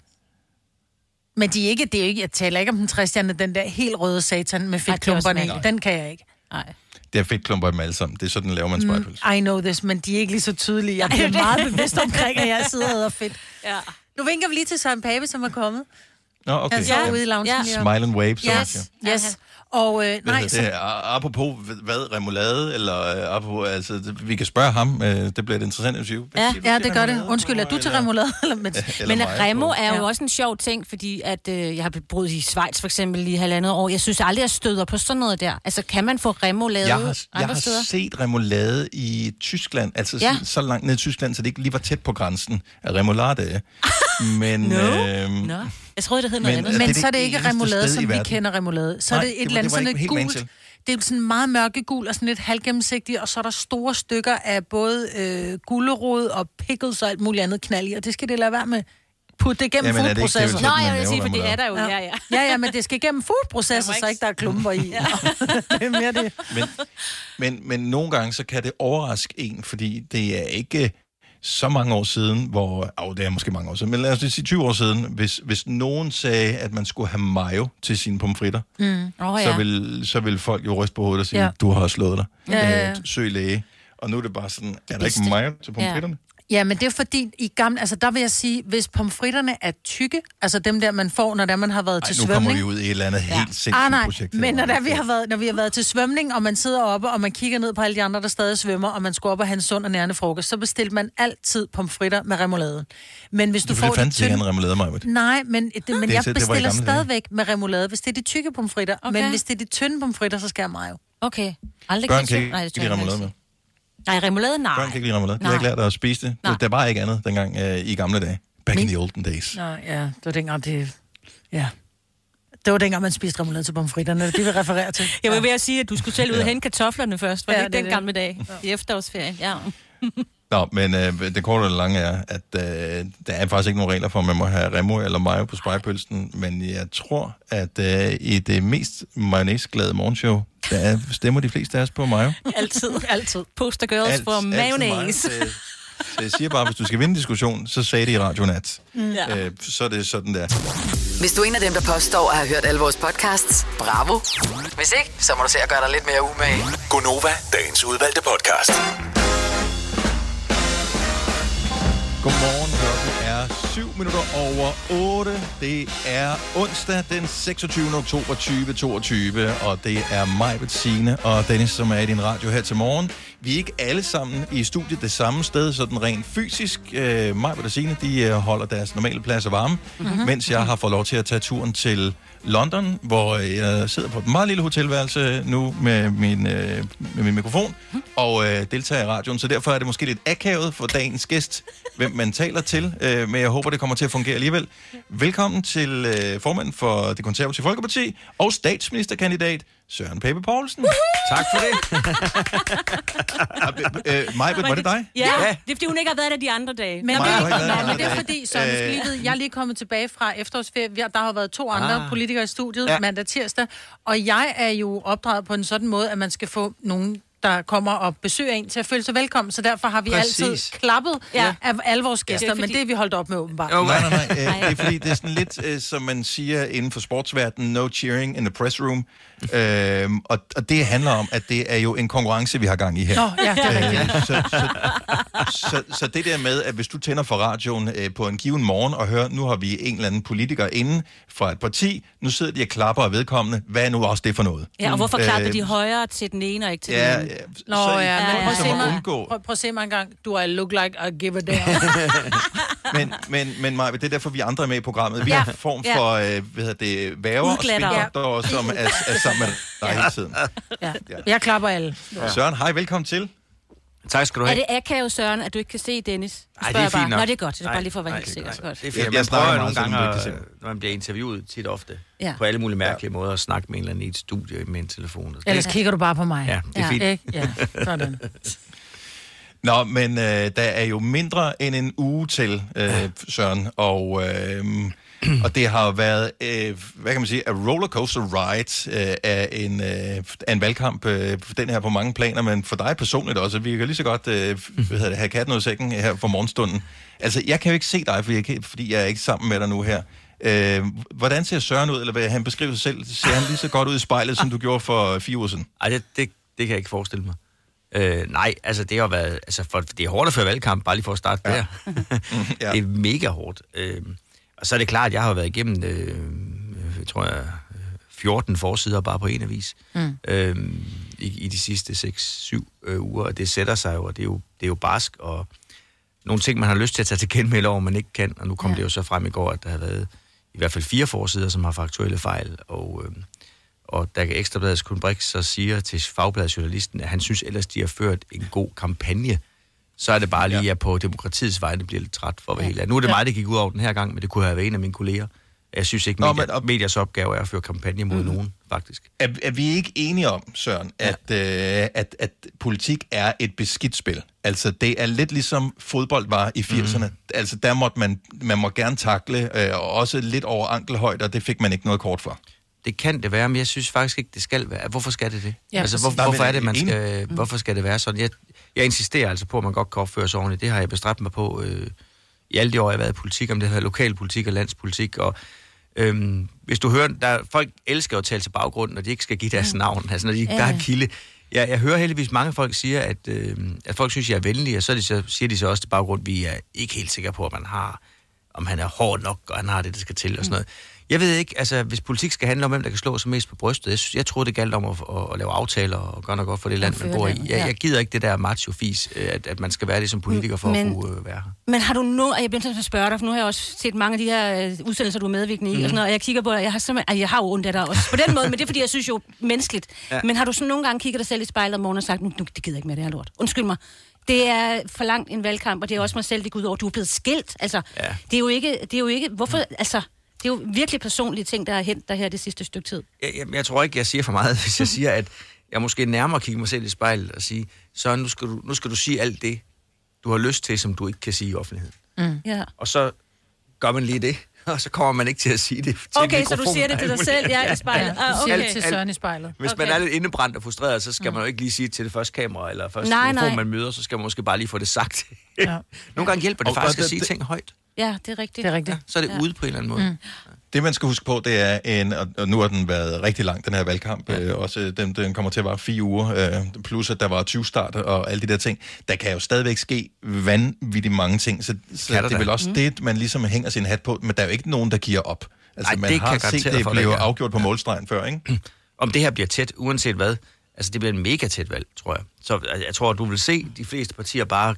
Men det er ikke, jeg taler ikke om den 3-stjernede, den der helt røde satan med fedtklumperne i. Den kan jeg ikke. Nej. Det er fedtklumper i dem alle sammen. Det er sådan, laver man spegepølse. I know this, men de er ikke lige så tydelige. Jeg bliver meget bevidst omkring, at jeg sidder og æder fedt. Ja. Nu vinker vi lige til Søren Pape, som er kommet. Okay. Han så ude i loungen. Smile and wave. Yes. Og nej, det er, apropos hvad, remoulade, eller apropos, altså, vi kan spørge ham, det bliver et interessant interview. Ja, det gør det. Undskyld, er du til remoulade? Men remo er jo også en sjov ting, fordi at jeg har boet i Schweiz for eksempel i 1,5 år. Jeg synes aldrig, jeg støder på sådan noget der. Altså, kan man få remoulade andre steder? Jeg har set remoulade i Tyskland, altså så langt ned i Tyskland, så det ikke lige var tæt på grænsen af remoulade. Men... Jeg troede, det hed noget andet. Men så er det ikke remoulade, som vi kender remoulade. Så er det et eller andet sådan et gult. Det er sådan meget mørkegul og sådan lidt halvgennemsigtigt, og så er der store stykker af både gulerod og pickles og alt muligt andet knald i, og det skal det lade være med. Putte det gennem foodprocesser. Nå, jeg vil sige, for det er der jo. Ja, men det skal gennem foodprocesser, så ikke der er klumper i. Det er mere det. Men nogle gange, så kan det overraske en, fordi det er ikke så mange år siden, hvor... det er måske mange år siden, men lad os sige 20 år siden, hvis nogen sagde, at man skulle have mayo til sine pomfritter, så vil folk jo ryste på hovedet og sige, du har slået dig. Søg læge. Og nu er det bare sådan, er der ikke mayo til pomfritterne? Ja, men det er fordi, i gamle, altså der vil jeg sige, hvis pomfritterne er tykke, altså dem der, man får, når man har været til svømning. Nu kommer vi ud i et eller andet helt sindssygt projekt. Men når vi har været til svømning, og man sidder oppe, og man kigger ned på alle de andre, der stadig svømmer, og man skal op og have en sund og nærende frokost, så bestilte man altid pomfritter med remoulade. Men hvis du får det tykke... en remoulade, Maja. Nej, men jeg bestiller stadigvæk med remoulade, hvis det er de tykke pomfritter. Okay. Men hvis det er de tynde pomfritter, så skal jeg mayo. Okay. Børn kan ikke lide remoulade med. Nej, remoulade, nej. Børn kan ikke lide remoulade. De har ikke lært at spise det. Der var ikke andet dengang i gamle dage. Back in the olden days. Nå, ja, det var dengang, det var dengang, man spiste remoulade til pomfritterne. Det vil referere til. Jeg vil ved at sige, at du skulle selv ud og hente kartoflerne først. Var det ikke den gamle dag? I efterårsferien, Nå, men det korte og lange er, at der er faktisk ikke nogen regler for, om man må have remo eller mayo på spegepølsen, men jeg tror, at i det mest mayonnaise-glade morgenshow, der stemmer de fleste af os på mayo. Altid. Poster girls for mayonnaise. Så jeg siger bare, hvis du skal vinde diskussion, så sagde det i Radio Nat. Så er det sådan der. Hvis du er en af dem, der påstår at have hørt alle vores podcasts, bravo. Hvis ikke, så må du se at gøre dig lidt mere umage. Gonova, dagens udvalgte podcast. Godmorgen, klokken er 7:07. Det er onsdag den 26. oktober 2022, og det er mig, Bettine og Dennis, som er i din radio her til morgen. Vi er ikke alle sammen i studiet det samme sted, sådan rent fysisk. Mig og Bettine, de holder deres normale pladser varme, mens jeg har fået lov til at tage turen til London, hvor jeg sidder på et meget lille hotelværelse nu med min mikrofon og deltager i radioen. Så derfor er det måske lidt akavet for dagens gæst, hvem man taler til, men jeg håber, det kommer til at fungere alligevel. Velkommen til formanden for Det Konservative Folkeparti og statsministerkandidat Søren Pape Poulsen. Tak for det. Majbet, var det dig? Ja, det er fordi, hun ikke har været der de andre dage. Men det er fordi, så jeg er lige kommet tilbage fra efterårsferie. Der har været 2 andre politikere i studiet mandag tirsdag, og jeg er jo opdraget på en sådan måde, at man skal få nogen, der kommer og besøger en til at føle sig velkommen, så derfor har vi altid klappet af alle vores gæster, men det er vi holdt op med åbenbart. Nej. Det er fordi, det er sådan lidt, som man siger inden for sportsverdenen, no cheering in the press room. Og det handler om, at det er jo en konkurrence, vi har gang i her. Så det der med, at hvis du tænder for radioen på en given morgen og hører, nu har vi en eller anden politiker inde fra et parti, nu sidder de og klapper af vedkommende, hvad er nu også det for noget? Ja, og hvorfor klapper de højere til den ene og ikke til den anden? Prøv at se mig en gang. Do I look like I give a damn? men Maja, det er derfor, vi andre er med i programmet. Vi har en form for, værger og spilder, som er sammen med dig hele tiden. Jeg klapper alle. Søren, hej, velkommen til. Tak skal du have. Er det akavet, Søren, at du ikke kan se Dennis? Nej, det er fint nok. Nå, det er godt. Det er bare lige for at være helt sikker. Det er fint. Jeg prøver nogle gange, når man bliver interviewet tit ofte, på alle mulige mærkelige måder, at snakke med en eller anden i et studie med en telefon. Ellers kigger du bare på mig. Ja, det er fint. Ja, sådan. Nå, men der er jo mindre end en uge til, Søren, og det har været, hvad kan man sige, a rollercoaster ride af en valgkamp, den her på mange planer, men for dig personligt også. Vi kan lige så godt have katten ud af sækken her for morgenstunden. Altså, jeg kan jo ikke se dig, fordi jeg er ikke sammen med dig nu her. Hvordan ser Søren ud, eller hvad han beskriver sig selv? Ser han lige så godt ud i spejlet, som du gjorde for 4 uger siden? Ej, det kan jeg ikke forestille mig. Nej, altså det har været, for det er hårdt at føre valgkamp, bare lige for at starte der. Det er mega hårdt. Og så er det klart, at jeg har været igennem, tror jeg, 14 forsider bare på en avis i de sidste 6-7 uger, og det sætter sig jo, og det er jo barsk, og nogle ting, man har lyst til at tage til genmæld over, man ikke kan, og nu kom det jo så frem i går, at der har været i hvert fald 4 forsider, som har faktuelle fejl, og da Ekstrabladets Kun Brix så siger til Fagbladet journalisten, at han synes ellers, de har ført en god kampagne, så er det bare lige, at på demokratiets vegne bliver lidt træt for at være helt af. Nu er det mig, det gik ud over den her gang, men det kunne have været en af mine kolleger. Jeg synes ikke, medias opgave er at føre kampagne mod nogen, faktisk. Er vi ikke enige om, Søren, at politik er et beskidt spil? Altså, det er lidt ligesom fodbold var i 80'erne. Altså, der måtte man må gerne takle, og også lidt over ankelhøjde, og det fik man ikke noget kort for. Det kan det være, men jeg synes faktisk ikke, det skal være. Hvorfor skal det det? Ja, altså, hvorfor er det, man skal... Hvorfor skal det være sådan? Jeg insisterer altså på, at man godt kan opføre sig ordentligt. Det har jeg bestræbt mig på i alle de år, jeg har været i politik, om det har været lokalpolitik og landspolitik, og hvis du hører, folk elsker at tale til baggrunden, når de ikke skal give deres navn, altså når de ikke bare kilde. Jeg hører heldigvis mange folk siger, at folk synes, jeg er venlig, og så siger de så også til baggrund, vi er ikke helt sikre på, om han er hård nok, og han har det, der skal til, og sådan noget. Jeg ved ikke, altså hvis politik skal handle om, hvem der kan slå sig mest på brystet, jeg tror det galt om at lave aftaler og gøre noget godt for det land, man bor i. Jeg gider ikke det der macho-fis, at man skal være det som politiker for at kunne være her. Men har du nu, og jeg bliver til at spørge dig, for nu har jeg også set mange af de her udsendelser, du er medvirkende i, og sådan noget, og jeg kigger på dig, jeg har jo ondt af dig også på den måde, men det er fordi, jeg synes jo menneskeligt. Ja. Men har du sådan nogle gange kigget dig selv i spejlet om morgenen og sagt, nu det gider ikke mere, det her lort. Undskyld mig. Det er for langt en valgkamp, og det er også mig selv, det går ud over, du er blevet skilt. Altså, det er jo ikke, hvorfor, altså... Det er jo virkelig personlige ting, der har hent dig her det sidste stykke tid. Jeg tror ikke, jeg siger for meget, hvis jeg siger, at jeg måske nærmere kigger mig selv i spejlet og sige, så nu skal du sige alt det, du har lyst til, som du ikke kan sige i offentligheden. Ja. Og så gør man lige det, og så kommer man ikke til at sige det til okay, så du siger det til dig selv, i spejlet. Okay. Til Søren i spejlet. Hvis man er lidt indebrændt og frustreret, så skal man jo ikke lige sige det til det første kamera, eller første telefon, man møder, så skal man måske bare lige få det sagt. Nogle gange hjælper det faktisk at sige ting højt. Ja, det er rigtigt. Det er rigtigt. Ja, så er det ude på en eller anden måde. Det, man skal huske på, det er og nu har den været rigtig lang, den her valgkamp. Også den kommer til at vare 4 uger, plus at der var 20 starter og alle de der ting. Der kan jo stadigvæk ske vanvittigt mange ting, så det er vel også det, man ligesom hænger sin hat på, men der er jo ikke nogen, der giver op. Altså, man har set, det bliver afgjort på målstregen før, ikke? Om det her bliver tæt, uanset hvad, altså det bliver en mega tæt valg, tror jeg. Så jeg tror, at du vil se de fleste partier bare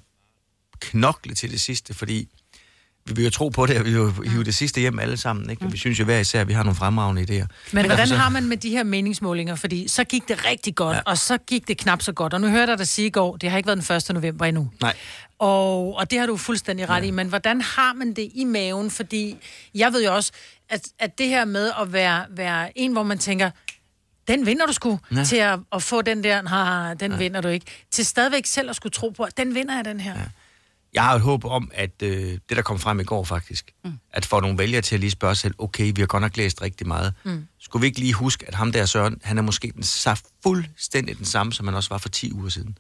knokle til det sidste, fordi vi vil jo tro på det, og vi vil jo hive det sidste hjem alle sammen, ikke? Og vi synes jo hver især, at vi har nogle fremragende idéer. Men hvordan har man med de her meningsmålinger? Fordi så gik det rigtig godt, og så gik det knap så godt. Og nu hørte jeg dig sige i går, det har ikke været den 1. november endnu. Nej. Og det har du fuldstændig ret i. Men hvordan har man det i maven? Fordi jeg ved jo også, at det her med at være en, hvor man tænker, den vinder du sgu, til at få den der, den vinder du ikke. Til stadigvæk selv at skulle tro på, at den vinder jeg den her. Ja. Jeg har et håb om, at det, der kom frem i går faktisk, at få nogle vælgere til at lige spørge selv, okay, vi har godt nok læst rigtig meget. Skulle vi ikke lige huske, at ham der Søren, han er måske fuldstændig den samme, som han også var for 10 uger siden.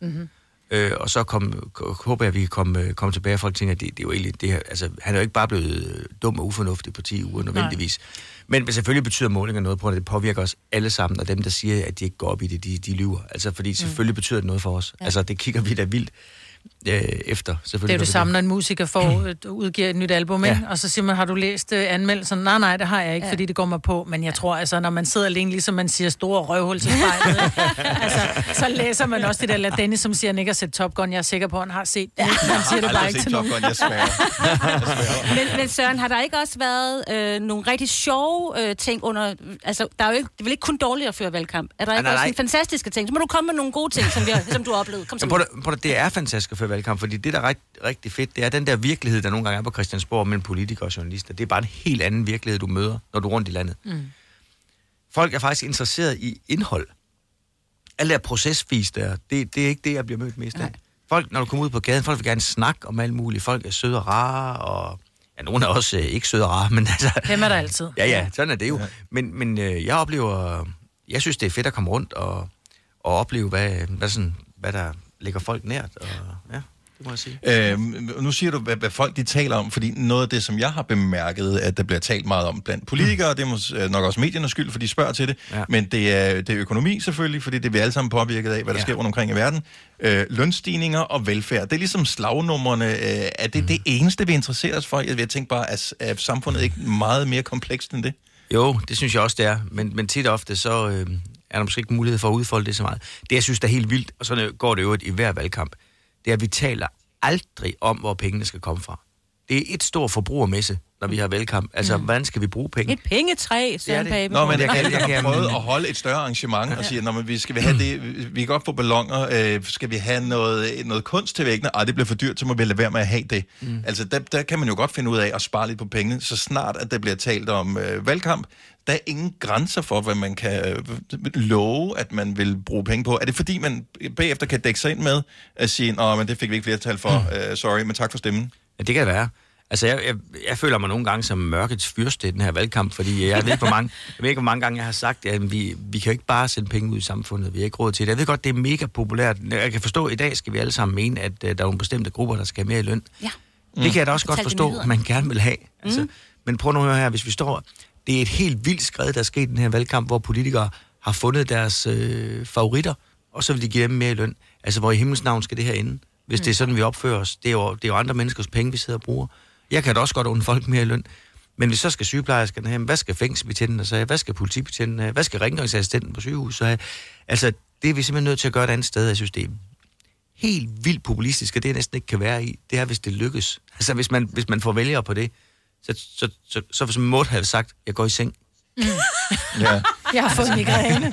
Og så håber jeg, at vi kan komme tilbage, og folk tænker, at det er jo egentlig det her, altså han er jo ikke bare blevet dum og ufornuftig på 10 uger nødvendigvis. Men selvfølgelig betyder målinger noget på, at det påvirker os alle sammen, og dem, der siger, at de ikke går op i det, de lyver. Altså fordi selvfølgelig betyder det noget for os. Ja. Altså det kigger vi da vildt efter. Det er jo det samme, når en musiker udgiver et nyt album, ikke? Og så siger man, har du læst anmeldelsen? Nej, det har jeg ikke, fordi det går mig på. Men jeg tror, altså, når man sidder alene, ligesom man siger, store røvhul til spejlet, altså, så læser man også det der, eller Dennis, som siger, at han ikke har set Top Gun. Jeg er sikker på, at han har set det. Han siger det bare ikke til nogen. Men Søren, har der ikke også været nogle rigtig sjove ting under... Altså, der er jo ikke, det er vel ikke kun dårligt at føre valgkamp? Er der ikke også fantastiske ting? Så må du komme med nogle gode ting, som du har oplevet. Det er fantastisk at føre valgkamp, fordi det, der er rigtig fedt, det er den der virkelighed, der nogle gange er på Christiansborg mellem politikere og journalister. Det er bare en helt anden virkelighed, du møder, når du er rundt i landet. Folk er faktisk interesseret i indhold. Alle der procesfis der, det er ikke det, jeg bliver mødt mest af. Folk, når du kommer ud på gaden, folk vil gerne snakke om alt muligt. Folk er søde og rare, og nogle er også ikke søde og rare, men altså... Hvem er der altid? Ja, sådan er det jo. Ja. Men jeg synes, det er fedt at komme rundt og opleve, hvad der ligger folk nært, og ja, det må jeg sige. Nu siger du, hvad folk de taler om, fordi noget af det, som jeg har bemærket, at der bliver talt meget om blandt politikere, det er nok også mediernes skyld, for de spørger til det, men det er økonomi selvfølgelig, fordi det er vi alle sammen påvirket af, hvad der sker rundt omkring i verden. Lønstigninger og velfærd, det er ligesom slagnumrene. Er det det eneste, vi interesserer os for? Jeg tænker bare, at samfundet ikke meget mere komplekst end det? Jo, det synes jeg også, det er. Men tit og ofte, så er der måske ikke mulighed for at udfolde det så meget. Det, jeg synes, der er helt vildt, og sådan går det jo i hver valgkamp, det er, at vi taler aldrig om, hvor pengene skal komme fra. Det er et stort forbrugermesse, når vi har valgkamp. Altså, hvordan skal vi bruge penge? Et pengetræ, Søren Pape. Nå, men jeg har prøvet at holde et større arrangement og sige, når skal vi have det, vi kan godt få balloner, skal vi have noget kunst til væggene? Det bliver for dyrt, så må vi lade være med at have det. Altså, der kan man jo godt finde ud af at spare lidt på pengene, så snart, at der bliver talt om valgkamp. Der er ingen grænser for, hvad man kan love, at man vil bruge penge på. Er det fordi, man bagefter kan dække sig ind med at sige, men det fik vi ikke flertal for, sorry, men tak for stemmen? Ja, det kan det være. Altså, jeg føler mig nogle gange som mørkets fyrste i den her valgkamp, fordi jeg ved ikke, hvor mange gange jeg har sagt, at vi kan jo ikke bare sende penge ud i samfundet. Vi har ikke råd til det. Jeg ved godt, det er mega populært. Jeg kan forstå, at i dag skal vi alle sammen mene, at der er nogle bestemte grupper, der skal have mere i løn. Ja. Det kan jeg da også godt forstå, at man gerne vil have. Altså, men prøv nu at høre her, hvis vi står... Det er et helt vildt skred, der er sket i den her valgkamp, hvor politikere har fundet deres favoritter, og så vil de give dem mere i løn. Altså, hvor i himmels navn skal det her ende? Hvis det er sådan, vi opfører os. Det er jo andre menneskers penge, vi sidder og bruger. Jeg kan da også godt under folk mere i løn. Men hvis så skal sygeplejerskerne have, hvad skal fængselsbetjenten så have, hvad skal politibetjenten have, hvad skal rengøringsassistenten på sygehuset have? Altså, det er vi simpelthen nødt til at gøre et andet sted. Jeg synes, det er helt vildt populistisk, og det næsten ikke kan være i. Det er, hvis det lykkes. Altså, hvis man får vælgere på det, så hvis man måtte have sagt, jeg går i seng. Ja. Jeg har fået migræne.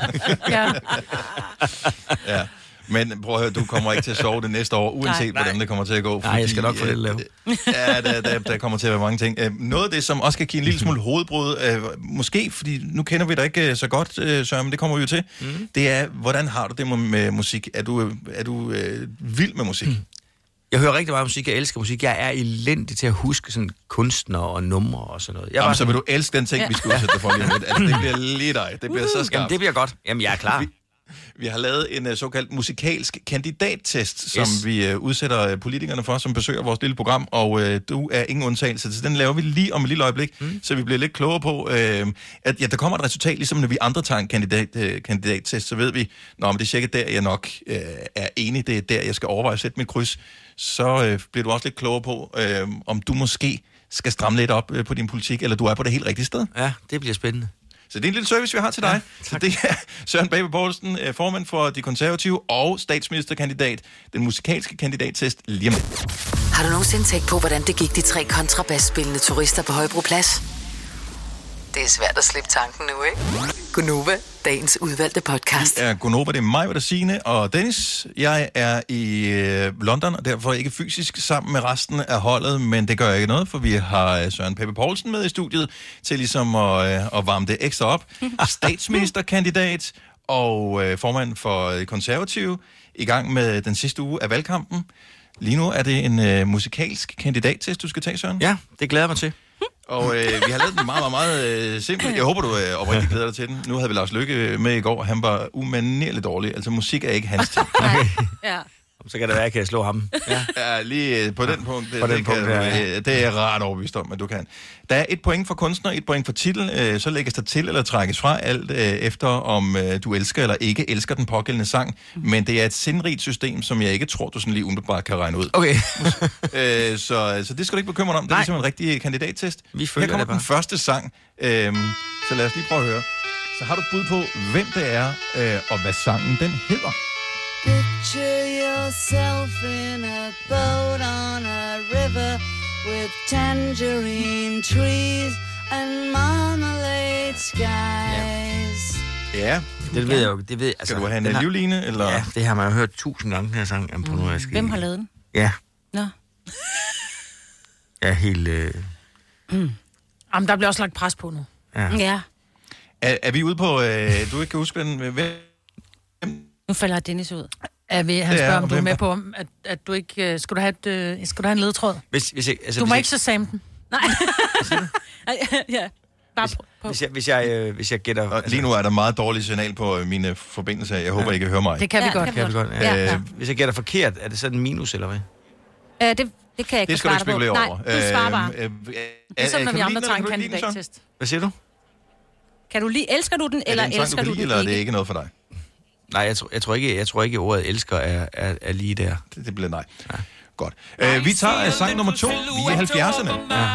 Ja. Men prøv at høre, du kommer ikke til at sove det næste år, uanset hvordan det kommer til at gå. Nej, jeg skal nok få det lavet. Ja, der kommer til at være mange ting. Noget af det, som også kan give en lille smule hovedbrud, måske, fordi nu kender vi dig ikke så godt, Søren, men det kommer vi jo til, det er, hvordan har du det med musik? Er du vild med musik? Jeg hører rigtig meget musik, jeg elsker musik. Jeg er elendig til at huske sådan kunstnere og numre og sådan noget. Jamen, så vil du elske den ting, vi skal udsætte dig for lige lidt. Altså, det bliver lige dig. Det bliver så skarpt. Jamen, det bliver godt. Jamen, jeg er klar. Vi har lavet en såkaldt musikalsk kandidattest, som vi udsætter politikerne for, som besøger vores lille program, og du er ingen undtagelse. Så den laver vi lige om et lille øjeblik, så vi bliver lidt klogere på, at der kommer et resultat, ligesom når vi andre tager en kandidattest, så ved vi, men det er cirka der, jeg nok er enig, det er der, jeg skal overveje at sætte mit kryds. Så bliver du også lidt klogere på, om du måske skal stramme lidt op på din politik, eller du er på det helt rigtige sted. Ja, det bliver spændende. Så det er en lille service, vi har til dig. Ja, så det er Søren Pape Poulsen, formand for De Konservative og statsministerkandidat. Den musikalske kandidattest lige om lidt. Har du nogensinde tænkt på, hvordan det gik de 3 kontrabasspillende turister på Højbroplads? Det er svært at slippe tanken nu, ikke? Gunova, dagens udvalgte podcast. Ja, Gunova, det er mig, der Signe og Dennis. Jeg er i London, og derfor ikke fysisk sammen med resten af holdet, men det gør ikke noget, for vi har Søren Pape Poulsen med i studiet til ligesom at varme det ekstra op. Statsministerkandidat og formand for Konservative i gang med den sidste uge af valgkampen. Lige nu er det en musikalsk kandidattest, du skal tage, Søren. Ja, det glæder jeg mig til. Og vi har lavet den meget, meget simpelt. Jeg håber, du oprigtigt glæder dig til den. Nu havde vi Lars Løkke med i går, han var umanerligt dårlig. Altså, musik er ikke hans ting. Okay. Ja. Så kan det være, at jeg kan slå ham. Ja, lige på den punkt. Det er jeg ret overbevist om, at du kan. Der er 1 point for kunstner, 1 point for titel. Så lægges der til eller trækkes fra alt efter, om du elsker eller ikke elsker den pågældende sang. Men det er et sindrigt system, som jeg ikke tror, du sådan lige umiddelbart kan regne ud. Okay. Så det skal du ikke bekymre dig om. Det er ligesom en rigtig kandidattest. Her kommer den første sang. Så lad os lige prøve at høre. Så har du bud på, hvem det er, og hvad sangen den hedder. Picture yourself in a boat on a river with tangerine trees and marmalade skies. Ja. Det ved jeg jo. Det ved, altså, skal du have en livline, eller? Ja, det har man jo hørt 1000 gange, den her sang. Hvem har lavet den? Ja. Nå. Jeg er helt... Jamen, der bliver også lagt pres på nu. Ja. Er vi ude på... du ikke kan huske, hvem... Nu falder Dennis ud. Han spørger, om du er med på, at du ikke... Skal du have en ledtråd? Hvis jeg, altså, du må ikke så same den. Nej. Ja. Bare på. Hvis jeg gætter... Og lige nu er der meget dårligt signal på mine forbindelser. Jeg håber, I kan høre mig. Det kan vi godt. Kan vi godt. Ja. Hvis jeg gætter forkert, er det så en minus, eller hvad? Det kan jeg ikke. Det skal du ikke spekulere over. Nej, du svarer bare. Ligesom når vi andre tager en kandidattest. Hvad siger du? Kan du lige... Elsker du den, eller elsker du den ikke? Eller er det ikke noget for dig? Nej, jeg tror ikke, ordet elsker er lige der. Det bliver nej. Godt. Vi tager sang nummer 2. Vi er i 70'erne.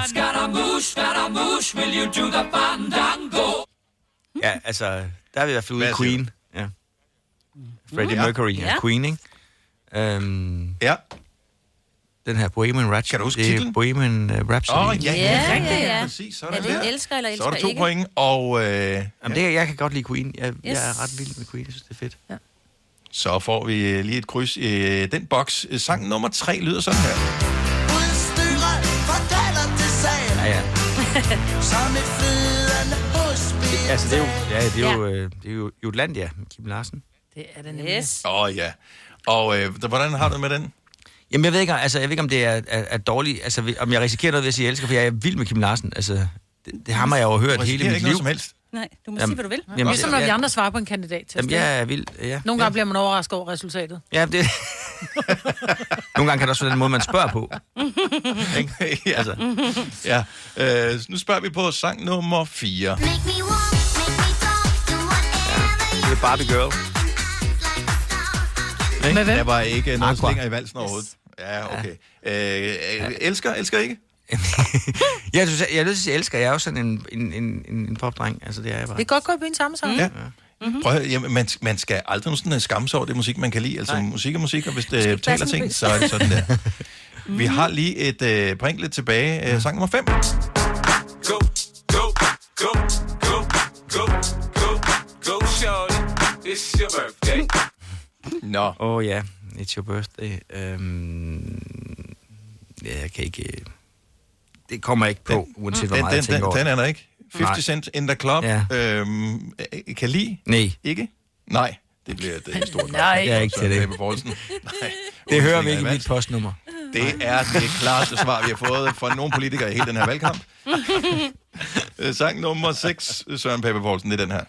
Ja, altså, der er vi i hvert fald ude i Queen. Ja. Freddie Mercury og Queen, ikke? Ja. Den her Bohemian Rhapsody. Kan du huske titlen? Bohemian Rhapsody. Ja. Præcis, sådan det elsker eller elsker så er der 2 ikke? point, og... Jamen, jeg kan godt lide Queen. Jeg er ret vild med Queen. Jeg synes, det er fedt. Ja. Så får vi lige et kryds i den boks. Sang nummer 3 lyder sådan her. Ja. Altså, det er jo Jutlandia med Kim Larsen. Det er det nemlig. Yes. Ja. Og hvordan har du med den? Jamen, jeg ved ikke, om det er dårligt, altså, om jeg risikerer noget ved at sige, jeg elsker, for jeg er vild med Kim Larsen. Altså, det har jeg jo hørt hele mit liv. Som helst. Nej, du må sige, hvad du vil. Jamen, ligesom når de andre svarer på en kandidat til. Jamen, jeg er vild, ja. Nogle gange bliver man overrasket over resultatet. Ja, det... Nogle gange kan det også være den måde, man spørger på. Altså. Ja. Nu spørger vi på sang nummer 4. Det er Barbie Girl. Med hvem? Der var ikke noget slinger i valsen overhovedet. Ja, okay. Elsker ikke? Jeg synes, jeg vil sige, elsker. Jeg er jo sådan en popdreng. Altså, det er jeg bare. Det kan godt gå i en samme sang. Ja. Prøv at høre, man skal aldrig sådan skamme sig over det musik, man kan lide. Altså, musik er musik, og hvis det taler ting, så er det sådan der. Vi har lige et point lidt tilbage. Sang nummer 5. Go, go, go, go, go, go, go, go, shorty. It's your birthday. Nå. Ja, it's your birthday. Jeg kan ikke... Det kommer ikke på, uanset hvor meget jeg tænker over. Den er der ikke. 50 Cent in the Club. Ja. Kan lide? Nej. Ikke? Nej. Det bliver et stort nej, jeg er ikke til det. Nej. Det hører vi ikke i mit postnummer. Det er det klareste svar, vi har fået fra nogle politikere i hele den her valgkamp. Sang nummer 6, Søren Pape Poulsen, det er den her.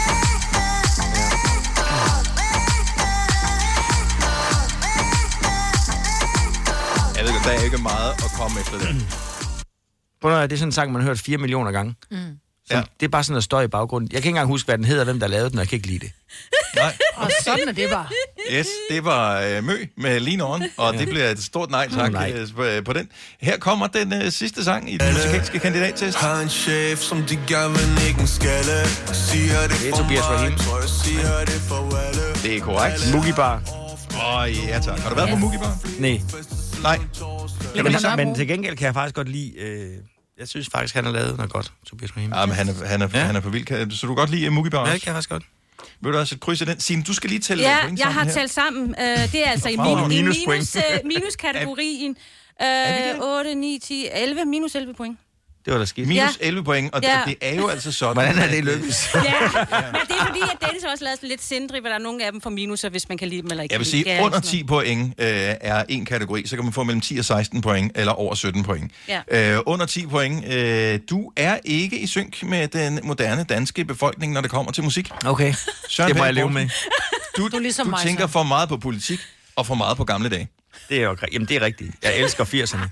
Jeg ved, der er ikke meget at komme efter det. Det er sådan en sang, man har hørt 4 millioner gange. Ja. Det er bare sådan noget støj i baggrunden. Jeg kan ikke engang huske, hvad den hedder, hvem der lavede den, og jeg kan ikke lide det. Nej. Og sådan er det bare. Yes, det var Mø med Lean On, og det bliver et stort nej tak på den. Her kommer den sidste sang i den musikalske kandidattest. Har en chef, som de gerne ikke skalle. Siger det er Tobias Rahim. Det er korrekt. Mugi Bar. Ja tak. Har du været på Mugi Bar? Nej. Men til gengæld kan jeg faktisk godt lide... jeg synes faktisk, han har lavet noget godt, Tobias Rahim. Ja, men han er for vild. Så du kan godt lide Mugi Bar også? Ja, det kan jeg faktisk godt. Vil du også et kryds i den? Signe, du skal lige tælle point sammen. Ja, jeg har talt sammen. Det er altså i minuskategorien. 8, 9, 10, 11. Minus 11 point. Det var da skidt. Minus 11 point, og det er jo altså sådan... Hvordan er det lykkes? Men det er fordi, at Dennis også lavet lidt sindrig, hvor der er nogle af dem for minuser, hvis man kan lide dem eller ikke. Jeg vil sige, under 10 point er en kategori, så kan man få mellem 10 og 16 point, eller over 17 point. Ja. Under 10 point. Du er ikke i synk med den moderne danske befolkning, når det kommer til musik. Okay, Søren det må jeg leve med. Du ligesom mig, tænker for meget på politik, og for meget på gamle dage. Det er jo jamen, det er rigtigt. Jeg elsker 80'erne.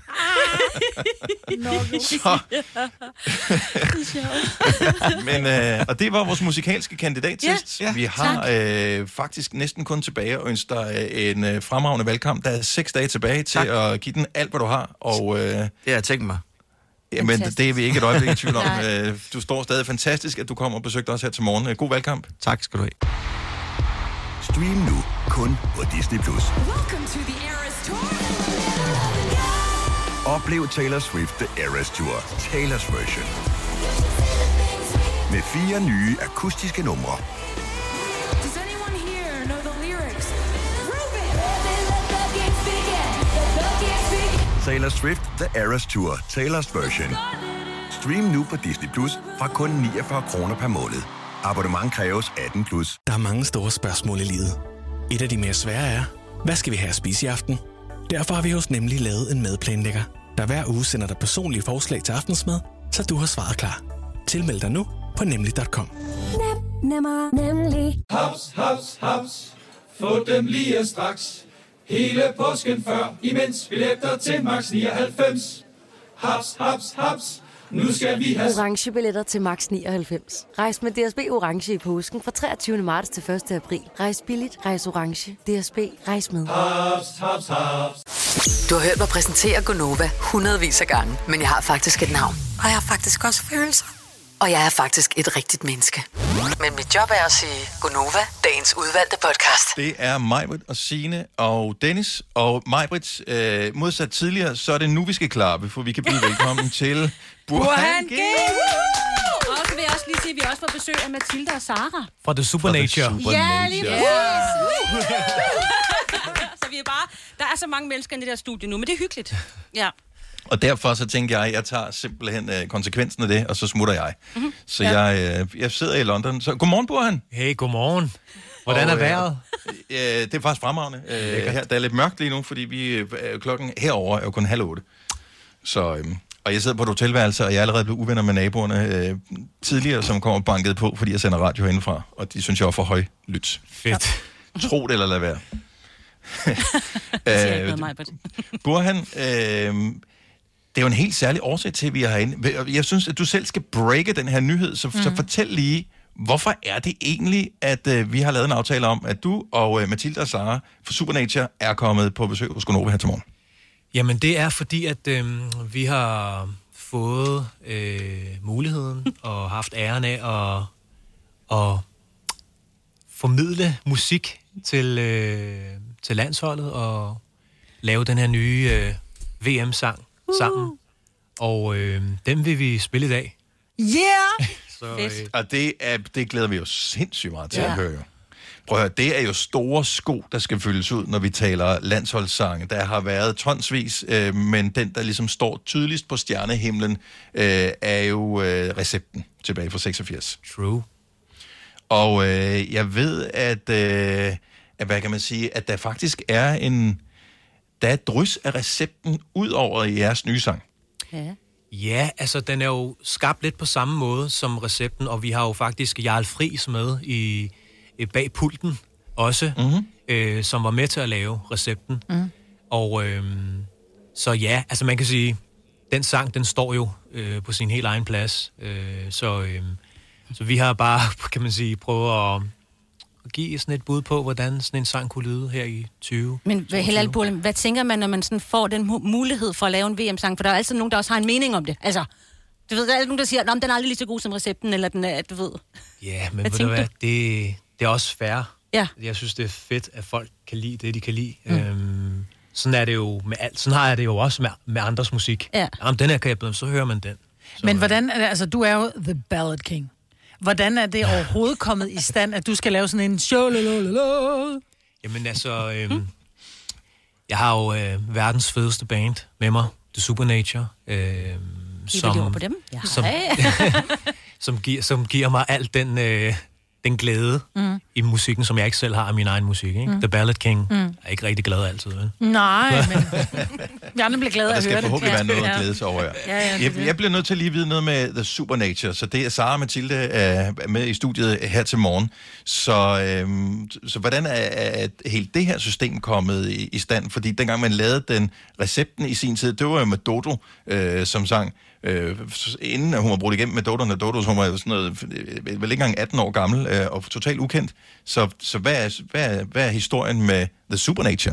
Men, og det var vores musikalske kandidattest. Ja, vi har faktisk næsten kun tilbage at ønske dig en fremragende valgkamp. Der er 6 dage tilbage til at give den alt, hvad du har. Og, det har jeg tænkt mig. Jamen, det er vi ikke et øjeblik i tvivl om. Du står stadig fantastisk, at du kommer og besøgte os her til morgen. God valgkamp. Tak skal du have. Stream nu kun på Disney+. Oplev Taylor Swift The Eras Tour, Taylor's version. Med 4 nye akustiske numre. Taylor Swift The Eras Tour, Taylor's version. Stream nu på Disney+ fra kun 49 kroner per måned. Abonnement kræves 18+. Der er mange store spørgsmål i livet. Et af de mere svære er, hvad skal vi have at spise i aften? Derfor har vi hos Nemlig lavet en madplanlægger, der hver uge sender dig personlige forslag til aftensmad, så du har svaret klar. Tilmeld dig nu på nemlig.com. Nemmer, nemlig. Haps, haps, haps. Få dem lige straks. Hele påsken før, imens billetter til max 99. Haps, haps, haps. Nu skal vi have orange billetter til max 99. Rejs med DSB orange i påsken fra 23. marts til 1. april. Rejs billigt, rejs orange. DSB, rejs med. Haps, haps, haps. Du har hørt mig præsentere Gonova hundredvis af gange, men jeg har faktisk et navn. Og jeg har faktisk også følelser. Og jeg er faktisk et rigtigt menneske. Men mit job er at sige Gonova, dagens udvalgte podcast. Det er Majbrit og Signe og Dennis. Og Majbrit, modsat tidligere, så er det nu, vi skal klappe, for vi kan byde velkommen til Burhan G. Og så vil jeg også lige sige, at vi også får besøg af Mathilde og Sara. Fra The Supernature. Ja, lige Så vi er bare... Der er så mange mennesker i det der studie nu, men det er hyggeligt. Ja. Og derfor så tænker jeg tager simpelthen konsekvensen af det, og så smutter jeg. Mm-hmm. Så jeg sidder i London. Så godmorgen, Burhan. Hey, godmorgen. Hvordan er vejret? Det er faktisk fremragende. Her, der er lidt mørkt lige nu, fordi klokken herover er jo kun 7:30. Så... Og jeg sidder på et hotelværelse, og jeg er allerede blevet uvenner med naboerne tidligere, som kommer banket på, fordi jeg sender radio herindefra. Og de synes, jeg er for høj lyt. Fedt. Tro det eller lad være. Burhan, det er jo en helt særlig årsag til, at vi er herinde. Jeg synes, at du selv skal breake den her nyhed, så fortæl lige, hvorfor er det egentlig, at vi har lavet en aftale om, at du og Mathilde og Sara fra Supernature er kommet på besøg hos Gonova her til morgen? Jamen, det er fordi, at vi har fået muligheden og haft æren af at formidle musik til landsholdet og lave den her nye VM-sang sammen. Og den vil vi spille i dag. Yeah! Og det glæder vi jo sindssygt meget til at høre. Prøv at høre, det er jo store sko, der skal fyldes ud, når vi taler landsholdssange. Der har været tonsvis, men den, der ligesom står tydeligst på stjernehimlen, er jo Recepten tilbage fra 86. True. Og jeg ved, at hvad kan man sige, at der faktisk er der er et drys af Recepten ud over jeres nye sang. Ja. Ja, altså den er jo skabt lidt på samme måde som Recepten, og vi har jo faktisk Jarl Friis med i bag pulten også, som var med til at lave Recepten. Og så ja, altså man kan sige, den sang, den står jo på sin helt egen plads. Så vi har bare, kan man sige, prøvet at give sådan et bud på, hvordan sådan en sang kunne lyde her i 20. Men hvad tænker man, når man sådan får den mulighed for at lave en VM-sang? For der er altid nogen, der også har en mening om det. Altså, du ved, der er nogen, der siger, at den er aldrig lige så god som Recepten, eller den er, du ved. Ja, men ved du hvad, det er også fair. Ja. Jeg synes, det er fedt, at folk kan lide det, de kan lide. Sådan er det jo med alt. Sådan har jeg det jo også med andres musik. Ja. Jamen, den her kan jeg bedre, så hører man den. Så, men hvordan er det, altså du er jo The Ballad King. Hvordan er det overhovedet kommet i stand, at du skal lave sådan en show? Jamen altså, jeg har jo verdens fedeste band med mig, The Supernature. Som giver mig alt den glæde i musikken, som jeg ikke selv har af min egen musik. Ikke? The Ballad King er ikke rigtig glad altid. Vel? Nej, men vi andre bliver glade at høre det. Der skal forhåbentlig være noget at glæde sig over. Jeg bliver nødt til at lige vide noget med The Supernature, så det er Sara og Mathilde er med i studiet her til morgen. Så hvordan er helt det her system kommet i stand? Fordi dengang man lavede den Recepten i sin tid, det var jo med Dodo som sang. Inden hun var brudt igennem med Dodo, så hun var jo sådan noget, vel ikke engang 18 år gammel og totalt ukendt. Så hvad er historien med The Supernature?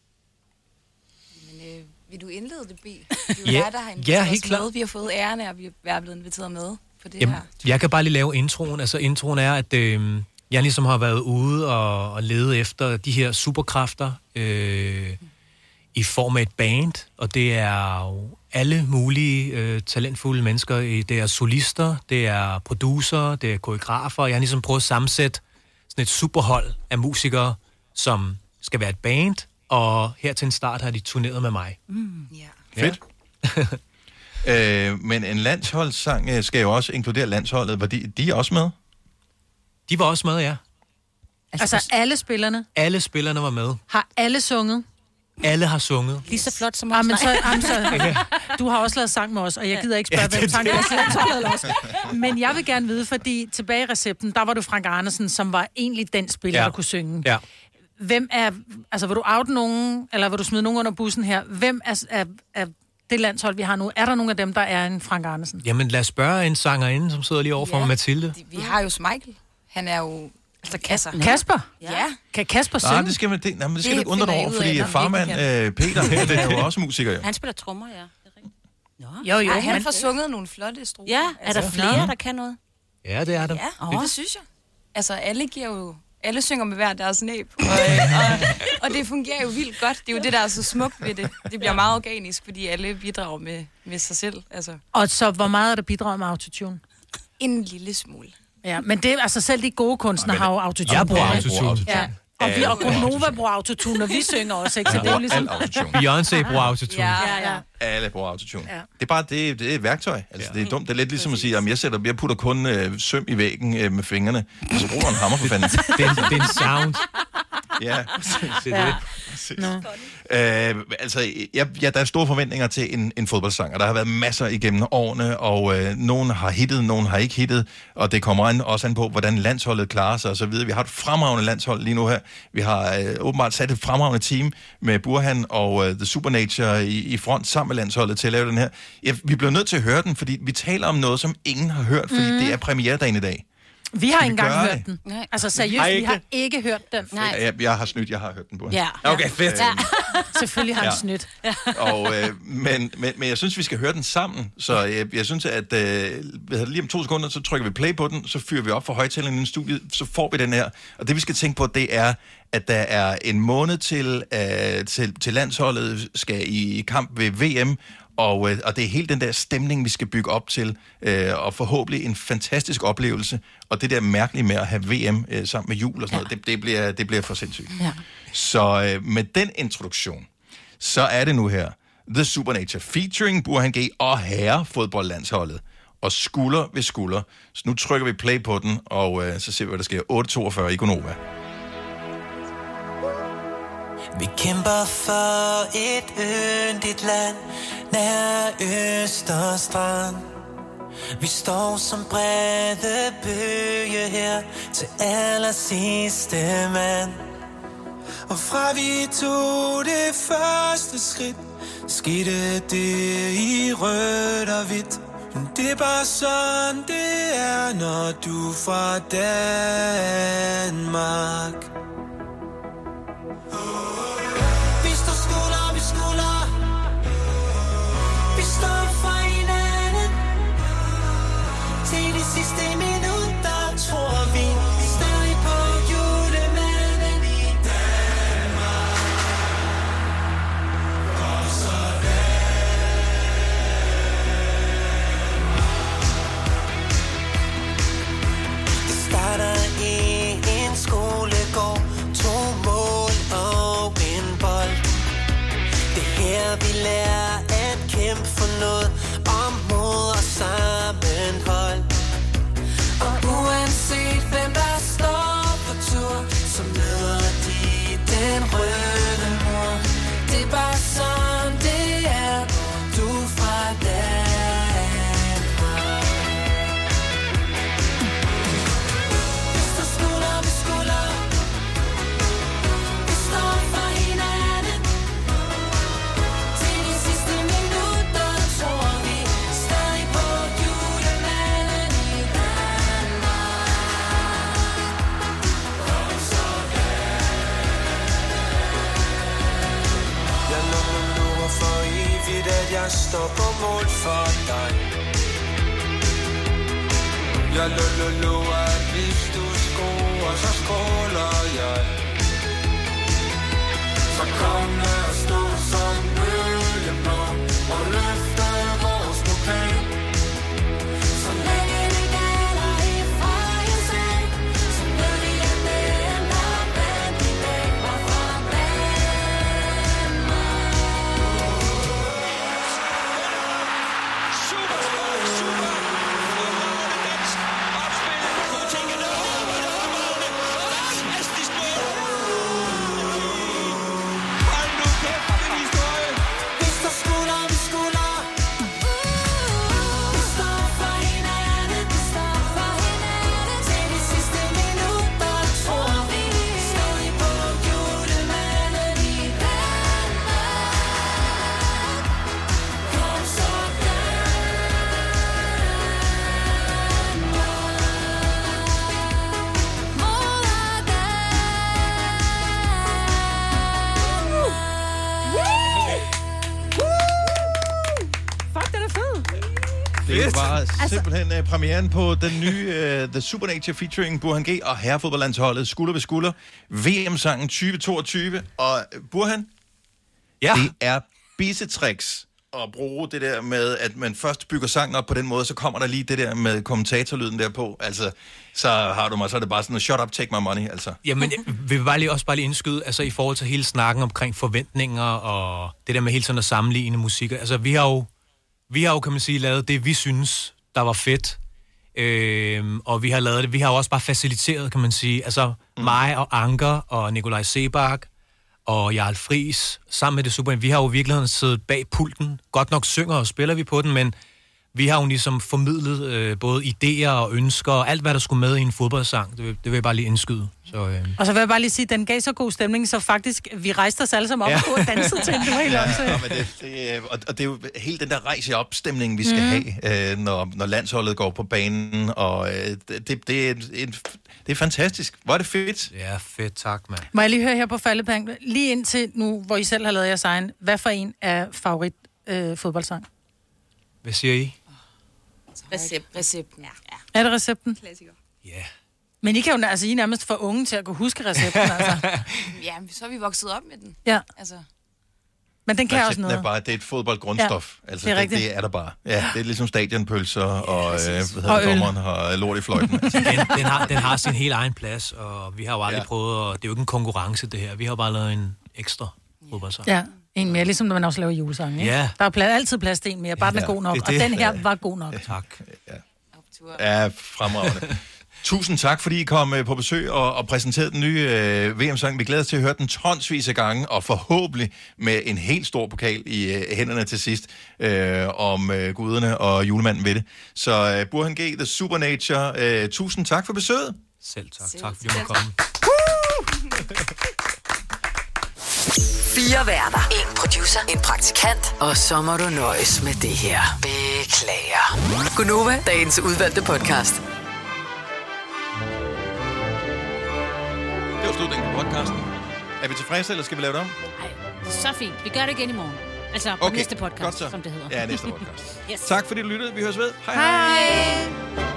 Men, vil du indlede det, B? Det er jo dig, der har inviteret os med. Vi har fået æren af, at vi er blevet inviteret med på det her. Jeg kan bare lige lave introen. Altså introen er, at jeg ligesom har været ude og lede efter de her superkræfter i form af et band, og det er jo alle mulige talentfulde mennesker. Det er solister, det er producer, det er koreografer. Jeg har ligesom prøvet at sammensætte sådan et superhold af musikere, som skal være et band, og her til en start har de turneret med mig. Fedt. Men en landsholdssang skal jo også inkludere landsholdet. Var de er også med? De var også med, ja. Altså alle spillerne? Alle spillerne var med. Har alle sunget? Alle har sunget. Lige så flot som os. Du har også lavet sang med os, og jeg gider ikke spørge, hvem sang eller også. Men jeg vil gerne vide, fordi tilbage i Recepten, der var du Frank Andersen, som var egentlig den spiller, der kunne synge. Ja. Hvem er, altså vil du out nogen, eller vil du smide nogen under bussen her? Hvem er det landshold, vi har nu? Er der nogen af dem, der er en Frank Andersen? Jamen lad os spørge en sangerinde, som sidder lige overfor Mathilde. Vi har jo Michael. Han er jo Altså Kasper? Ja. Kan Kasper synge? Nej, det skal man ikke undre dig over, fordi farmand Peter her, det er jo også musiker, jo. Han spiller trommer, ja. Jo, Ej, han får sunget nogle flotte strofer. Ja, er der flere, der kan noget? Ja, det er der. Ja, det synes jeg. Altså, alle synger med hver deres næb, og det fungerer jo vildt godt. Det er jo det, der er så smukt ved det. Det bliver meget organisk, fordi alle bidrager med sig selv. Altså. Og så, hvor meget er der bidraget med autotune? En lille smule. Ja, men det altså selv de gode kunstnere har jo autotune. Jeg bruger autotune. Ja. Og Gonova bruger autotune, når vi synger også, ikke? Så det er jo ligesom... Beyoncé bruger autotune. Ja. Alle bruger autotune. Ja. Det er bare det er et værktøj. Altså, det er dumt. Det er lidt ligesom at sige, at jeg putter kun søm i væggen med fingrene, og så bruger en hammer for fanden. Det er en sound. Ja, det er det. Altså, der er store forventninger til en fodboldsang, og der har været masser igennem årene, og nogen har hittet, nogen har ikke hittet, og det kommer også an på, hvordan landsholdet klarer sig og så videre. Vi har et fremragende landshold lige nu her. Vi har åbenbart sat et fremragende team med Burhan og The Supernature i front sammen med landsholdet til at lave den her. Ja, vi bliver nødt til at høre den, fordi vi taler om noget, som ingen har hørt, fordi det er premieredagen i dag. Vi har ikke engang hørt den. Nej. Altså seriøst, vi har ikke hørt den. Nej. Jeg har snydt, jeg har hørt den på. Ja. Okay, fedt. Ja. Selvfølgelig har han snydt. Og, men jeg synes, vi skal høre den sammen. Så jeg synes, at lige om 2 sekunder, så trykker vi play på den, så fyrer vi op for højtaleren i studiet, så får vi den her. Og det, vi skal tænke på, det er, at der er en måned til landsholdet skal i kamp ved VM, og det er helt den der stemning, vi skal bygge op til, og forhåbentlig en fantastisk oplevelse. Og det der mærkelige med at have VM sammen med jul og sådan noget, det bliver for sindssygt. Ja. Så med den introduktion, så er det nu her The Supernature featuring Burhan G og herrefodboldlandsholdet. Og skulder ved skulder. Så nu trykker vi play på den, og så ser vi, hvad der sker. 8:42 i Gonova. Vi kæmper for et yndigt land, nær øst og strand. Vi står som brede bøge her til allersidste mand. Og fra vi tog det første skridt, skete det i rødt og hvidt. Men det er bare sådan, det er, når du er fra Danmark. Vi står skulder ved skulder. Vi står for hinanden. Til de sidste minutter tror vi stadig på julemanden i Danmark. Og det starter i en skolegård. 2 mål og en bold. Det her vi lærer at kæmpe for noget, om mod og sammenhold. Og uanset hvem der står på tur, så møder de den røde mur. Det er bare sådan det er, du er fra Danmark. Vi står skulder ved skulder. Vi står for hinanden. Til de sidste minutter tror vi stadig på julemanden i Danmark. Jeg lover for evigt, at jeg står på mål for dig. Jeg lover, at hvis du scorer, så skåler jeg. Så kom lad os stå som bølgeblå og løfte vores pokal. Så længe det gælder i fejens sag, så ved vi, at det ender vandt i dag og fra Det var simpelthen premieren på den nye The Supernature featuring Burhan G og herrefodboldlandsholdet skulder ved skulder. VM-sangen 2022. Og Burhan, det er bissetricks at bruge det der med, at man først bygger sangen op på den måde, så kommer der lige det der med kommentatorlyden der på. Altså, så har du mig, så er det bare sådan, shut up, take my money, altså. Jamen, jeg vil også bare lige indskyde, altså i forhold til hele snakken omkring forventninger og det der med hele sådan at sammenligne musik. Altså, vi har jo, kan man sige, lavet det, vi synes, der var fedt. Og vi har lavet det, vi har jo også bare faciliteret, kan man sige. Altså, mig og Anker og Nikolaj Sebak og Jarl Friis, sammen med det super. Vi har jo i virkeligheden siddet bag pulten. Godt nok synger og spiller vi på den, men vi har jo ligesom formidlet både idéer og ønsker og alt, hvad der skulle med i en fodboldsang. Det vil jeg bare lige indskyde. Og så vil jeg bare lige sige, at den gav så god stemning, så faktisk, vi rejste os alle sammen op og dansede til den. Det var helt og det er jo helt den der rejse op-stemning, vi skal have, når landsholdet går på banen, og det er fantastisk. Hvor er det fedt. Ja, fedt, tak, mand. Må jeg lige høre her på faldebank, lige indtil nu, hvor I selv har lavet jeres egen, hvad for en er favorit fodboldsang? Hvad siger I? Recepten. Ja. Er det recepten? Klassiker. Ja. Yeah. Men I kan jo I er nærmest for unge til at kunne huske recepten, altså. Ja, så er vi vokset op med den. Ja. Altså. Men den kan recepten også noget. Er bare, det er et fodboldgrundstof. Ja, altså, det er der bare. Ja, det er ligesom stadionpølser og dommeren har lort i fløjten. Altså. Den har sin helt egen plads, og vi har jo aldrig prøvet, og det er jo ikke en konkurrence, det her. Vi har bare lavet en ekstra fodboldsang. Ja. En mere, ligesom når man også laver julesange, ikke? Ja. Der er altid plads til en mere, bare den er god nok. Og den her var god nok. Tak. Ja, fremragende. Tusind tak, fordi I kom på besøg og præsenterede den nye VM-sang. Vi glæder os til at høre den tonsvis af gange, og forhåbentlig med en helt stor pokal i hænderne til sidst, om guderne og julemanden ved det. Så Burhan G, The Supernature, tusind tak for besøget. Selv tak. Tak fordi du måtte komme. 4 værter. 1 producer. En praktikant. Og så må du nøjes med det her. Beklager. Gunova, dagens udvalgte podcast. Det var slutningen på podcasten. Er vi tilfredse, eller skal vi lave det om? Nej, det er så fint. Vi gør det igen i morgen. Altså på næste podcast, som det hedder. Ja, næste podcast. Yes. Tak fordi du lyttede. Vi høres ved. Hej. Hej.